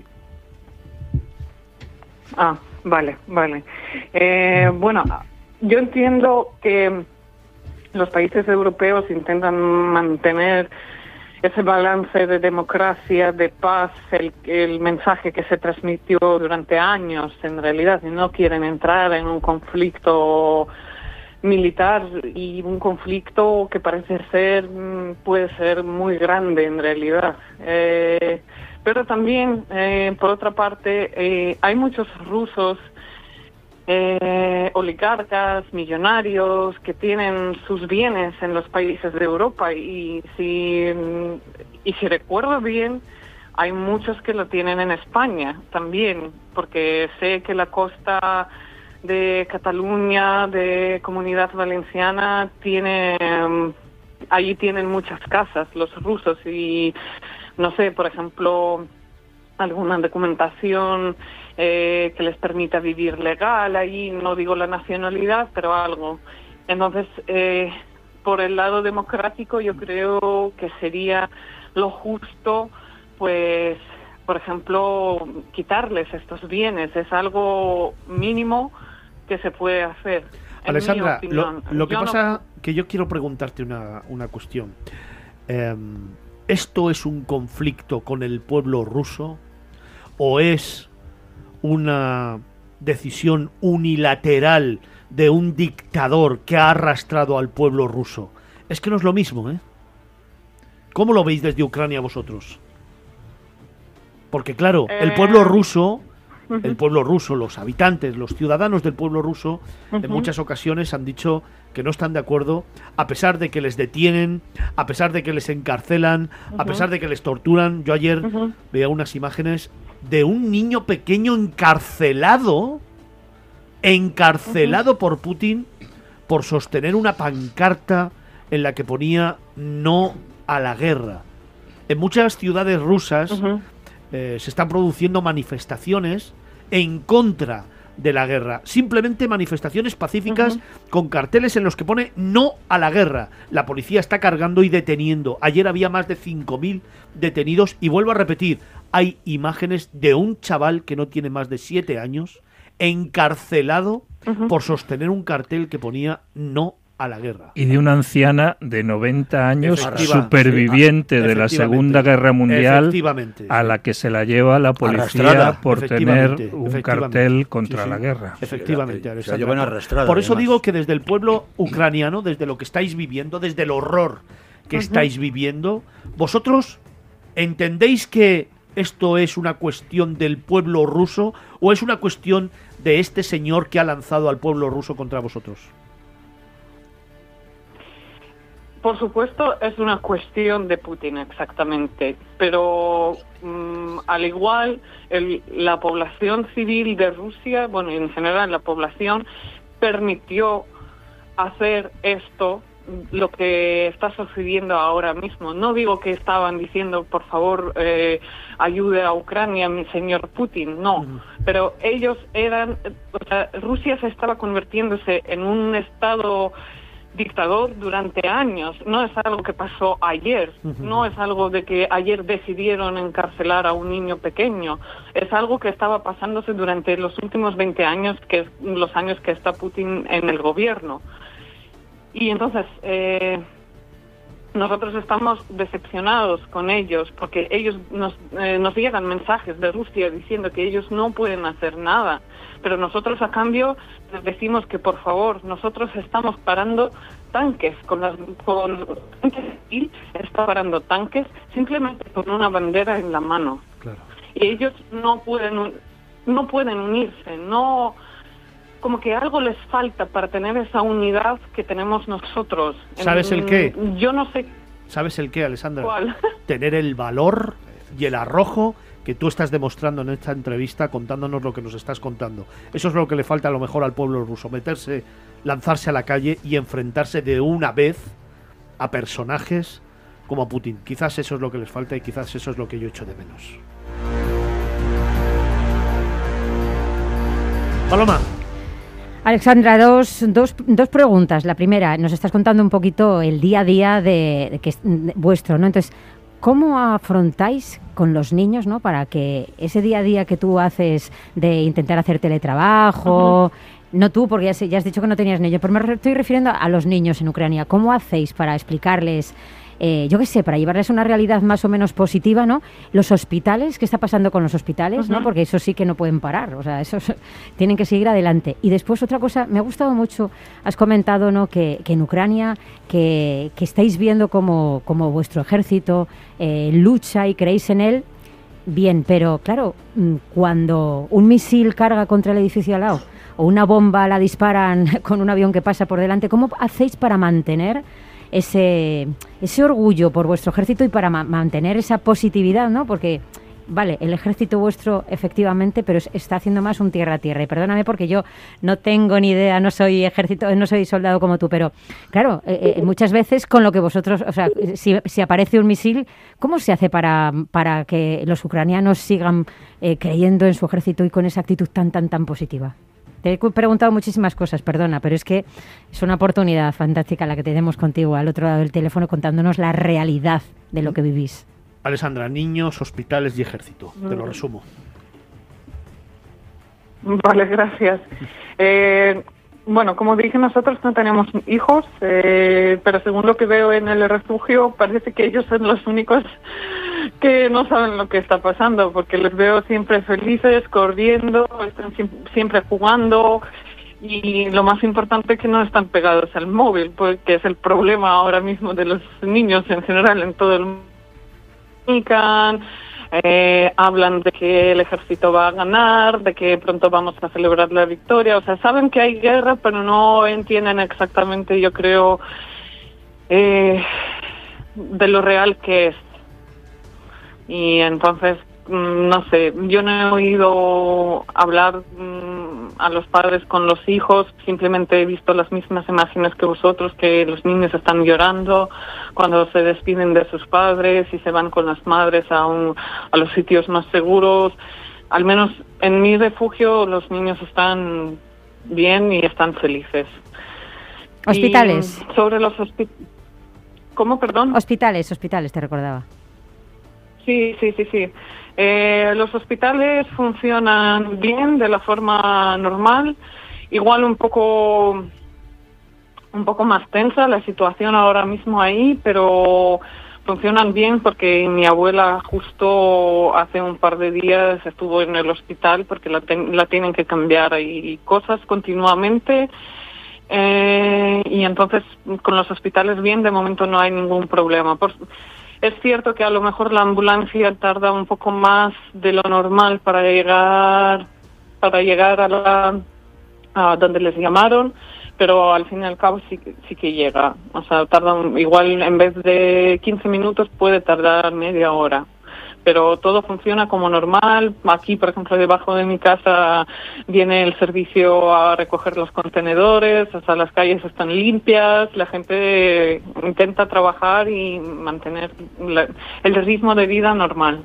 Ah, vale, vale. Eh, bueno, yo entiendo que los países europeos intentan mantener ese balance de democracia, de paz, el, el mensaje que se transmitió durante años en realidad, y no quieren entrar en un conflicto militar y un conflicto que parece ser, puede ser muy grande en realidad. Eh, pero también, eh, por otra parte, eh, hay muchos rusos, eh, oligarcas, millonarios, que tienen sus bienes en los países de Europa y si, y si recuerdo bien, hay muchos que lo tienen en España también, porque sé que la costa de Cataluña, de Comunidad Valenciana, tiene, um, allí tienen muchas casas los rusos y no sé, por ejemplo, alguna documentación eh, que les permita vivir legal ahí, no digo la nacionalidad, pero algo. Entonces, eh, por el lado democrático, yo creo que sería lo justo, pues, por ejemplo, quitarles estos bienes. Es algo mínimo que se puede hacer. Alessandra, lo, lo que yo pasa no... que yo quiero preguntarte una, una cuestión. Eh, ¿Esto es un conflicto con el pueblo ruso o es una decisión unilateral de un dictador que ha arrastrado al pueblo ruso? Es que no es lo mismo, ¿eh? ¿Cómo lo veis desde Ucrania vosotros? Porque claro, eh... el pueblo ruso... El pueblo ruso, los habitantes, los ciudadanos del pueblo ruso, uh-huh. en muchas ocasiones han dicho que no están de acuerdo, a pesar de que les detienen, a pesar de que les encarcelan, uh-huh. a pesar de que les torturan. Yo ayer uh-huh. veía unas imágenes de un niño pequeño encarcelado, encarcelado uh-huh. por Putin por sostener una pancarta en la que ponía no a la guerra. En muchas ciudades rusas uh-huh. eh, se están produciendo manifestaciones en contra de la guerra, simplemente manifestaciones pacíficas uh-huh. con carteles en los que pone no a la guerra. La policía está cargando y deteniendo. Ayer había más de cinco mil detenidos y vuelvo a repetir, hay imágenes de un chaval que no tiene más de siete años encarcelado uh-huh. por sostener un cartel que ponía no a la guerra. Y de una anciana de noventa años, superviviente sí, de la Segunda Guerra Mundial, a la que se la lleva la policía arrastrada, por tener un cartel contra sí, sí. la guerra. Efectivamente, sí, se la llevan arrastrada. Por eso además. digo que desde el pueblo ucraniano, desde lo que estáis viviendo, desde el horror que uh-huh. estáis viviendo, vosotros entendéis que esto es una cuestión del pueblo ruso o es una cuestión de este señor que ha lanzado al pueblo ruso contra vosotros. Por supuesto, es una cuestión de Putin, exactamente. Pero mmm, al igual, el, la población civil de Rusia, bueno, en general la población, permitió hacer esto, lo que está sucediendo ahora mismo. No digo que estaban diciendo, por favor, eh, ayude a Ucrania, mi señor Putin, no. Uh-huh. Pero ellos eran, o sea, Rusia se estaba convirtiéndose en un estado dictador durante años. No es algo que pasó ayer, uh-huh. no es algo de que ayer decidieron encarcelar a un niño pequeño, es algo que estaba pasándose durante los últimos veinte años, que es los años que está Putin en el gobierno. Y entonces eh, nosotros estamos decepcionados con ellos porque ellos nos, eh, nos llegan mensajes de Rusia diciendo que ellos no pueden hacer nada, pero nosotros a cambio les decimos que por favor, nosotros estamos parando tanques con las con y está parando tanques simplemente con una bandera en la mano. Claro. Y ellos no pueden no pueden unirse, no, como que algo les falta para tener esa unidad que tenemos nosotros. ¿Sabes el qué? Yo no sé. ¿Sabes el qué, Alessandra? ¿Cuál? Tener el valor y el arrojo que tú estás demostrando en esta entrevista contándonos lo que nos estás contando. Eso es lo que le falta a lo mejor al pueblo ruso, meterse, lanzarse a la calle y enfrentarse de una vez a personajes como Putin. Quizás eso es lo que les falta y quizás eso es lo que yo echo de menos. Paloma. Alexandra, dos, dos, dos preguntas. La primera, nos estás contando un poquito el día a día de, de que es de vuestro, ¿no? Entonces, ¿cómo afrontáis con los niños, ¿no? Para que ese día a día que tú haces de intentar hacer teletrabajo, uh-huh. no tú, porque ya, sé, ya has dicho que no tenías niños, pero me estoy refiriendo a los niños en Ucrania. ¿Cómo hacéis para explicarles, eh, yo qué sé, para llevarles una realidad más o menos positiva, ¿no? Los hospitales, ¿qué está pasando con los hospitales, uh-huh. ¿no? Porque eso sí que no pueden parar, o sea, esos tienen que seguir adelante. Y después otra cosa, me ha gustado mucho, has comentado, ¿no? Que, que en Ucrania, que, que estáis viendo como, como vuestro ejército eh, lucha y creéis en él, bien, pero claro, cuando un misil carga contra el edificio al lado o una bomba la disparan con un avión que pasa por delante, ¿cómo hacéis para mantener ese ese orgullo por vuestro ejército y para ma- mantener esa positividad, ¿no? Porque, vale, el ejército vuestro efectivamente, pero es, está haciendo más un tierra a tierra. Y perdóname porque yo no tengo ni idea, no soy ejército, no soy soldado como tú, pero claro, eh, eh, muchas veces con lo que vosotros, o sea, si, si aparece un misil, ¿cómo se hace para, para que los ucranianos sigan eh, creyendo en su ejército y con esa actitud tan, tan, tan positiva? Te he preguntado muchísimas cosas, perdona, pero es que es una oportunidad fantástica la que tenemos contigo al otro lado del teléfono contándonos la realidad de lo que vivís. Alessandra, niños, hospitales y ejército, te lo resumo. Vale, gracias. Eh, bueno, como dije, nosotros no tenemos hijos, eh, pero según lo que veo en el refugio, parece que ellos son los únicos que no saben lo que está pasando, porque les veo siempre felices, corriendo, están siempre jugando, y lo más importante es que no están pegados al móvil, porque es el problema ahora mismo de los niños en general en todo el mundo. Eh, hablan de que el ejército va a ganar, de que pronto vamos a celebrar la victoria, o sea, saben que hay guerra, pero no entienden exactamente, yo creo, eh, de lo real que es. Y entonces, no sé, yo no he oído hablar mmm, a los padres con los hijos, simplemente he visto las mismas imágenes que vosotros, que los niños están llorando cuando se despiden de sus padres y se van con las madres a, un, a los sitios más seguros. Al menos en mi refugio los niños están bien y están felices. ¿Hospitales? Y sobre los hospitales... ¿Cómo, perdón? Hospitales, hospitales, te recordaba. Sí, sí, sí, sí. Eh, los hospitales funcionan bien, de la forma normal. Igual un poco, un poco más tensa la situación ahora mismo ahí, pero funcionan bien porque mi abuela justo hace un par de días estuvo en el hospital porque la, ten, la tienen que cambiar y cosas continuamente. Eh, y entonces con los hospitales bien, de momento no hay ningún problema. Por, es cierto que a lo mejor la ambulancia tarda un poco más de lo normal para llegar para llegar a la a donde les llamaron, pero al fin y al cabo sí, sí que llega. O sea, tarda un, igual en vez de quince minutos puede tardar media hora. Pero todo funciona como normal. Aquí, por ejemplo, debajo de mi casa viene el servicio a recoger los contenedores, o sea, las calles están limpias, la gente intenta trabajar y mantener la, el ritmo de vida normal.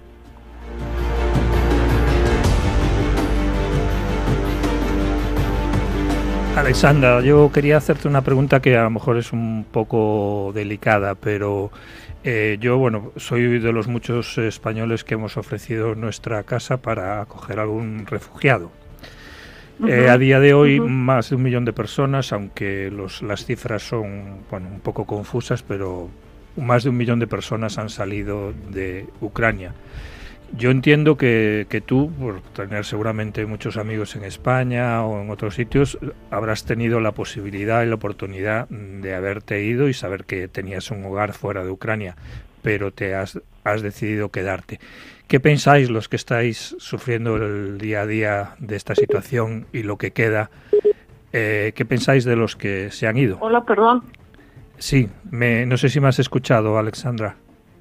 Alexandra, yo quería hacerte una pregunta que a lo mejor es un poco delicada, pero eh, yo, bueno, soy de los muchos españoles que hemos ofrecido nuestra casa para acoger a algún refugiado. Uh-huh. Eh, a día de hoy, uh-huh. más de un millón de personas, aunque los, las cifras son, bueno, un poco confusas, pero más de un millón de personas han salido de Ucrania. Yo entiendo que, que tú, por tener seguramente muchos amigos en España o en otros sitios, habrás tenido la posibilidad y la oportunidad de haberte ido y saber que tenías un hogar fuera de Ucrania, pero te has, has decidido quedarte. ¿Qué pensáis los que estáis sufriendo el día a día de esta situación y lo que queda? Eh, ¿Qué pensáis de los que se han ido? Hola, perdón. Sí, me, no sé si me has escuchado, Alexandra.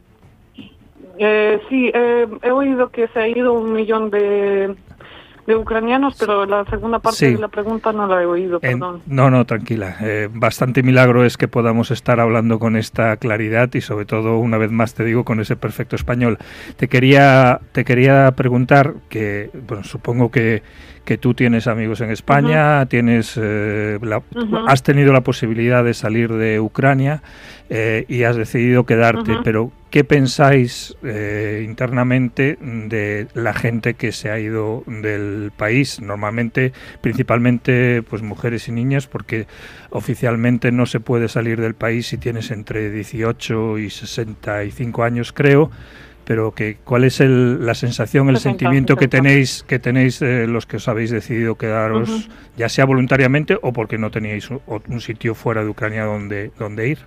Eh, sí, eh, he oído que se ha ido un millón de, de ucranianos, pero la segunda parte sí. de la pregunta no la he oído, perdón. En, no, no, tranquila. Eh, bastante milagro es que podamos estar hablando con esta claridad y sobre todo, una vez más te digo, con ese perfecto español. Te quería, te quería preguntar que, bueno, supongo que, que tú tienes amigos en España, uh-huh. tienes, eh, la, uh-huh. has tenido la posibilidad de salir de Ucrania eh, y has decidido quedarte, uh-huh. pero ¿qué pensáis eh, internamente de la gente que se ha ido del país? Normalmente, principalmente, pues mujeres y niñas, porque oficialmente no se puede salir del país si tienes entre dieciocho y sesenta y cinco años, creo. Pero que, ¿cuál es el, la sensación, el sesenta, sentimiento sesenta. que tenéis que tenéis eh, los que os habéis decidido quedaros, uh-huh. ya sea voluntariamente o porque no teníais un, un sitio fuera de Ucrania donde, donde ir?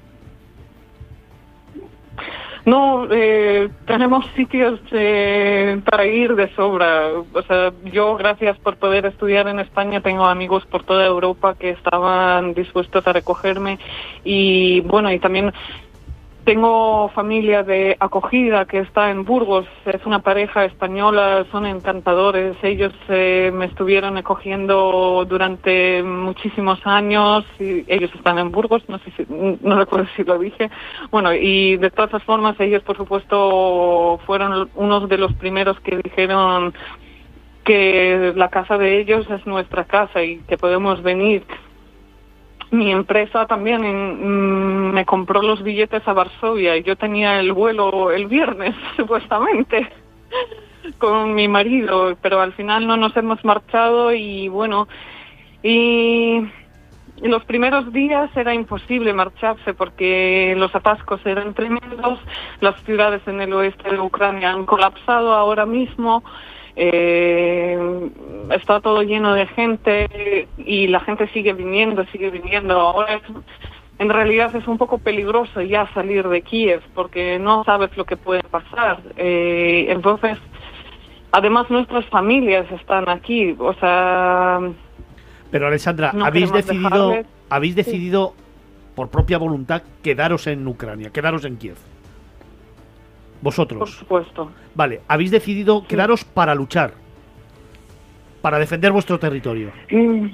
No, eh, tenemos sitios eh, para ir de sobra. O sea, yo, gracias por poder estudiar en España, tengo amigos por toda Europa que estaban dispuestos a recogerme. Y bueno, y también tengo familia de acogida que está en Burgos, es una pareja española, son encantadores. Ellos eh, me estuvieron acogiendo durante muchísimos años y ellos están en Burgos, no sé si, no recuerdo si lo dije. Bueno, y de todas formas ellos, por supuesto, fueron unos de los primeros que dijeron que la casa de ellos es nuestra casa y que podemos venir. Mi empresa también en, mm, me compró los billetes a Varsovia y yo tenía el vuelo el viernes, supuestamente, con mi marido, pero al final no nos hemos marchado y bueno, y, y los primeros días era imposible marcharse porque los atascos eran tremendos, las ciudades en el oeste de Ucrania han colapsado ahora mismo. Eh, está todo lleno de gente y la gente sigue viniendo, sigue viniendo. Ahora es, en realidad es un poco peligroso ya salir de Kiev porque no sabes lo que puede pasar. Eh, entonces, además nuestras familias están aquí, o sea. Pero Alexandra, no habéis decidido, dejarles... habéis decidido sí. por propia voluntad quedaros en Ucrania, quedaros en Kiev. Vosotros. Por supuesto. Vale, habéis decidido Sí. quedaros para luchar, para defender vuestro territorio. Mm.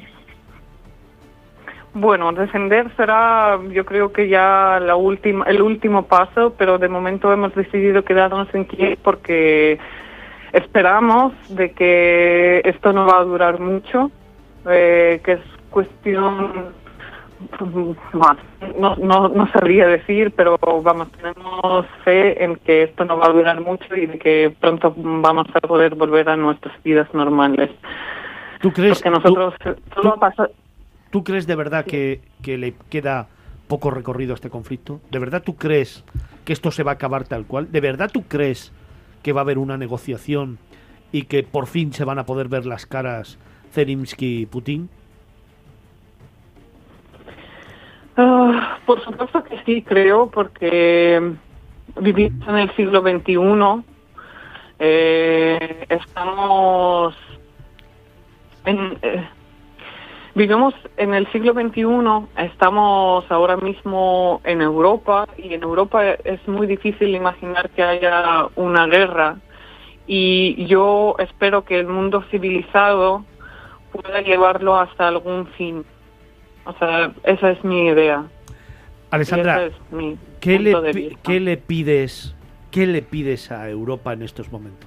Bueno, defender será, yo creo que ya la última, el último paso, pero de momento hemos decidido quedarnos en Kiev porque esperamos de que esto no va a durar mucho, eh, que es cuestión, bueno, no, no, no sabría decir, pero vamos, tenemos fe en que esto no va a durar mucho y de que pronto vamos a poder volver a nuestras vidas normales. ¿Tú crees? Porque nosotros tú, solo tú, pasa... ¿Tú crees de verdad que, que le queda poco recorrido a este conflicto? ¿De verdad tú crees que esto se va a acabar tal cual? ¿De verdad tú crees que va a haber una negociación y que por fin se van a poder ver las caras Zelensky y Putin? Uh, por supuesto que sí, creo, porque vivimos en el siglo veintiuno, eh, estamos en... Eh, Vivimos en el siglo veintiuno, estamos ahora mismo en Europa y en Europa es muy difícil imaginar que haya una guerra y yo espero que el mundo civilizado pueda llevarlo hasta algún fin. O sea, esa es mi idea. Alessandra, es mi ¿qué, le, punto de vista. ¿qué le pides, qué le pides a Europa en estos momentos?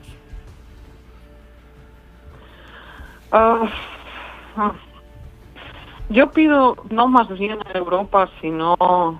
Uh, uh. Yo pido no más bien a Europa, sino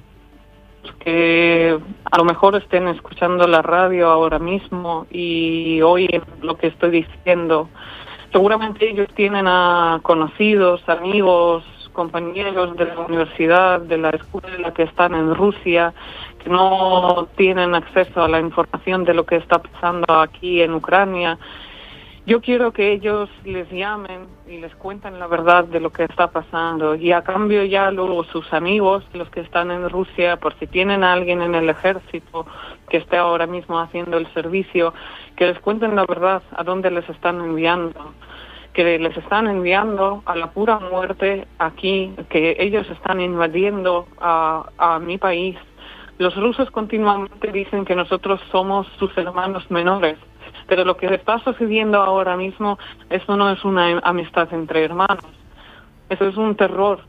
que a lo mejor estén escuchando la radio ahora mismo y oyen lo que estoy diciendo. Seguramente ellos tienen a conocidos, amigos, compañeros de la universidad, de la escuela que están en Rusia, que no tienen acceso a la información de lo que está pasando aquí en Ucrania. Yo quiero que ellos les llamen y les cuenten la verdad de lo que está pasando y a cambio ya luego sus amigos, los que están en Rusia, por si tienen a alguien en el ejército que esté ahora mismo haciendo el servicio, que les cuenten la verdad a dónde les están enviando, que les están enviando a la pura muerte aquí, que ellos están invadiendo a, a mi país. Los rusos continuamente dicen que nosotros somos sus hermanos menores. Pero lo que está sucediendo ahora mismo, eso no es una amistad entre hermanos, eso es un terror.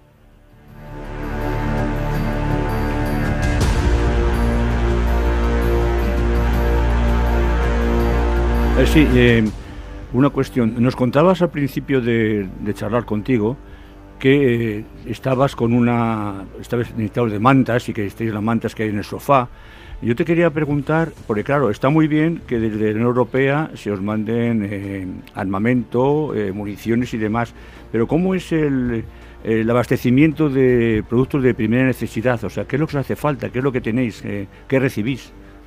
Eh, sí, eh, una cuestión. Nos contabas al principio de, de charlar contigo que eh, estabas con una, estabas necesitados de mantas y que estáis las mantas que hay en el sofá. Yo te quería preguntar, porque claro, está muy bien que desde la Unión Europea se os manden eh, armamento, eh, municiones y demás, pero ¿cómo es el, el abastecimiento de productos de primera necesidad? O sea, ¿qué es lo que os hace falta? ¿Qué es lo que tenéis? Eh, ¿Qué recibís?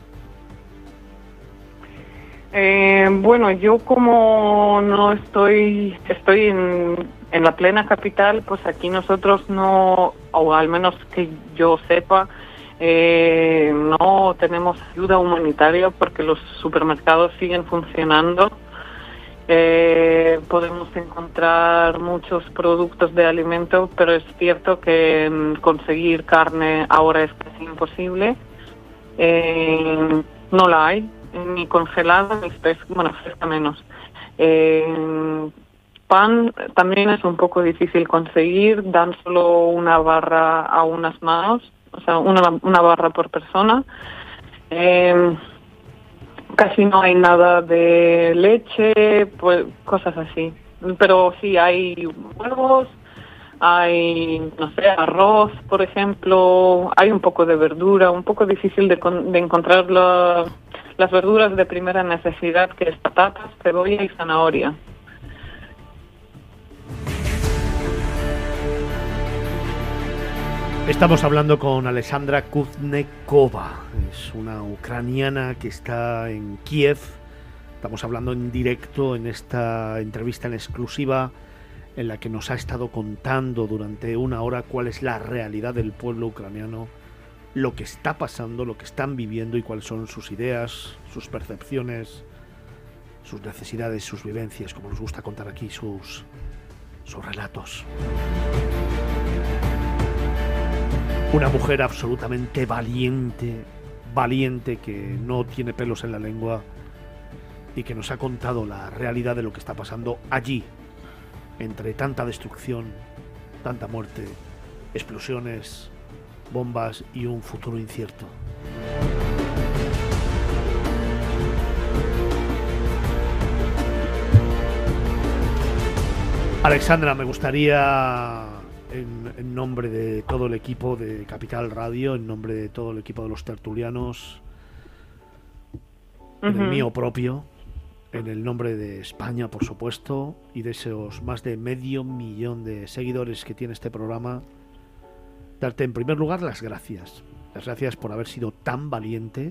Eh, bueno, yo como no estoy, estoy en, en la plena capital, pues aquí nosotros no, o al menos que yo sepa, Eh, no tenemos ayuda humanitaria porque los supermercados siguen funcionando. Eh, podemos encontrar muchos productos de alimento, pero es cierto que mm, conseguir carne ahora es casi imposible. Eh, no la hay, ni congelada, ni fresca, bueno, fresca menos. Eh, pan también es un poco difícil conseguir, dan solo una barra a unas manos. O sea, una, una barra por persona. Eh, casi no hay nada de leche, pues cosas así. Pero sí, hay huevos, hay, no sé, arroz, por ejemplo, hay un poco de verdura, un poco difícil de, de encontrar la, las verduras de primera necesidad, que es patatas, cebolla y zanahoria. Estamos hablando con Alessandra Kuznecova, es una ucraniana que está en Kiev. Estamos hablando en directo en esta entrevista en exclusiva en la que nos ha estado contando durante una hora cuál es la realidad del pueblo ucraniano, lo que está pasando, lo que están viviendo y cuáles son sus ideas, sus percepciones, sus necesidades, sus vivencias, como nos gusta contar aquí, sus, sus relatos. Una mujer absolutamente valiente, valiente que no tiene pelos en la lengua y que nos ha contado la realidad de lo que está pasando allí, entre tanta destrucción, tanta muerte, explosiones, bombas y un futuro incierto. Alexandra, me gustaría, en, en nombre de todo el equipo de Capital Radio, en nombre de todo el equipo de los tertulianos, uh-huh. en el mío propio, en el nombre de España, por supuesto, y de esos más de medio millón de seguidores que tiene este programa, darte en primer lugar las gracias. Las gracias por haber sido tan valiente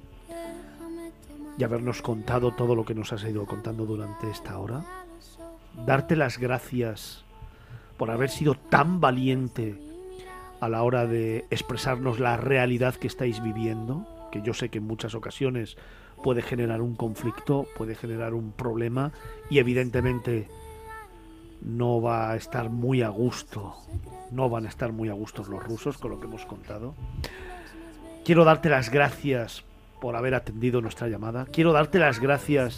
y habernos contado todo lo que nos has ido contando durante esta hora. Darte las gracias por haber sido tan valiente a la hora de expresarnos la realidad que estáis viviendo, que yo sé que en muchas ocasiones puede generar un conflicto, puede generar un problema y evidentemente no va a estar muy a gusto, no van a estar muy a gusto los rusos con lo que hemos contado. Quiero darte las gracias por haber atendido nuestra llamada, quiero darte las gracias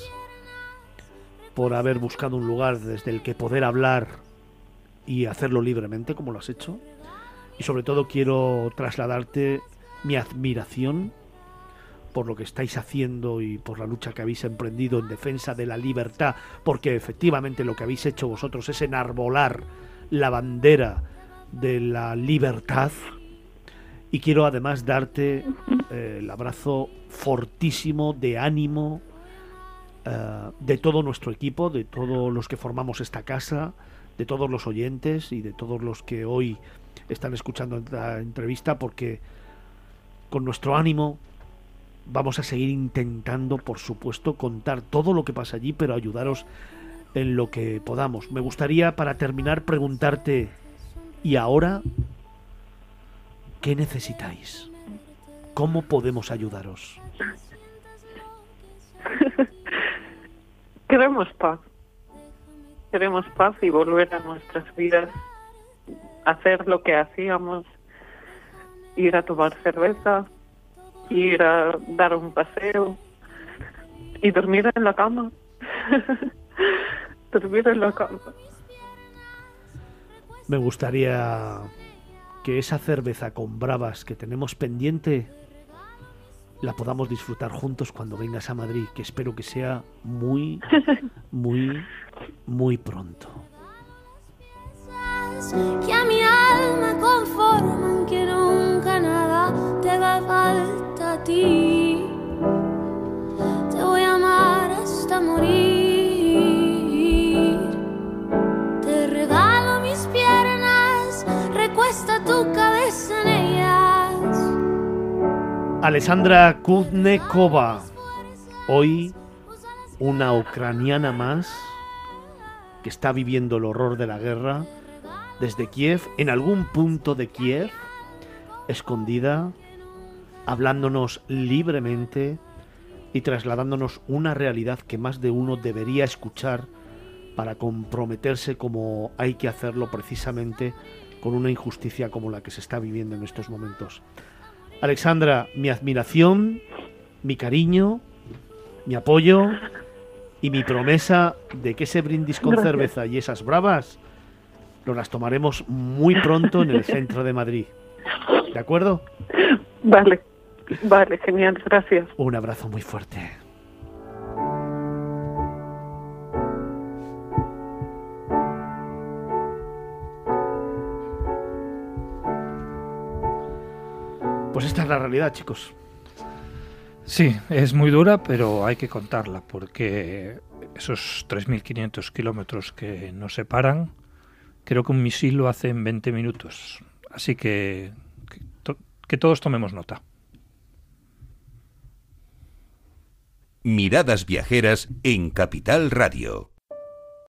por haber buscado un lugar desde el que poder hablar y hacerlo libremente como lo has hecho, y sobre todo quiero trasladarte mi admiración por lo que estáis haciendo y por la lucha que habéis emprendido en defensa de la libertad, porque efectivamente lo que habéis hecho vosotros es enarbolar la bandera de la libertad. Y quiero además darte eh, el abrazo fortísimo de ánimo uh, de todo nuestro equipo, de todos los que formamos esta casa, de todos los oyentes y de todos los que hoy están escuchando esta entrevista, porque con nuestro ánimo vamos a seguir intentando, por supuesto, contar todo lo que pasa allí, pero ayudaros en lo que podamos. Me gustaría, para terminar, preguntarte, ¿y ahora qué necesitáis? ¿Cómo podemos ayudaros? Queremos paz. Queremos paz y volver a nuestras vidas, hacer lo que hacíamos, ir a tomar cerveza, ir a dar un paseo y dormir en la cama. Dormir en la cama. Me gustaría que esa cerveza con bravas que tenemos pendiente la podamos disfrutar juntos cuando vengas a Madrid, que espero que sea muy, muy, muy pronto. Que a mi alma conforman, que nunca nada te haga falta a ti. Te voy a amar hasta morir. Te regalo mis piernas, recuesta tu cabeza en ellas. Alexandra Kuznecova, hoy una ucraniana más que está viviendo el horror de la guerra desde Kiev, en algún punto de Kiev, escondida, hablándonos libremente y trasladándonos una realidad que más de uno debería escuchar para comprometerse como hay que hacerlo precisamente con una injusticia como la que se está viviendo en estos momentos. Alexandra, mi admiración, mi cariño, mi apoyo y mi promesa de que ese brindis con Gracias. cerveza y esas bravas nos las tomaremos muy pronto en el centro de Madrid. ¿De acuerdo? Vale, vale, genial, gracias. Un abrazo muy fuerte. Pues esta es la realidad, chicos. Sí, es muy dura, pero hay que contarla, porque esos tres mil quinientos kilómetros que nos separan, creo que un misil lo hace en veinte minutos. Así que que, to- que todos tomemos nota. Miradas Viajeras en Capital Radio.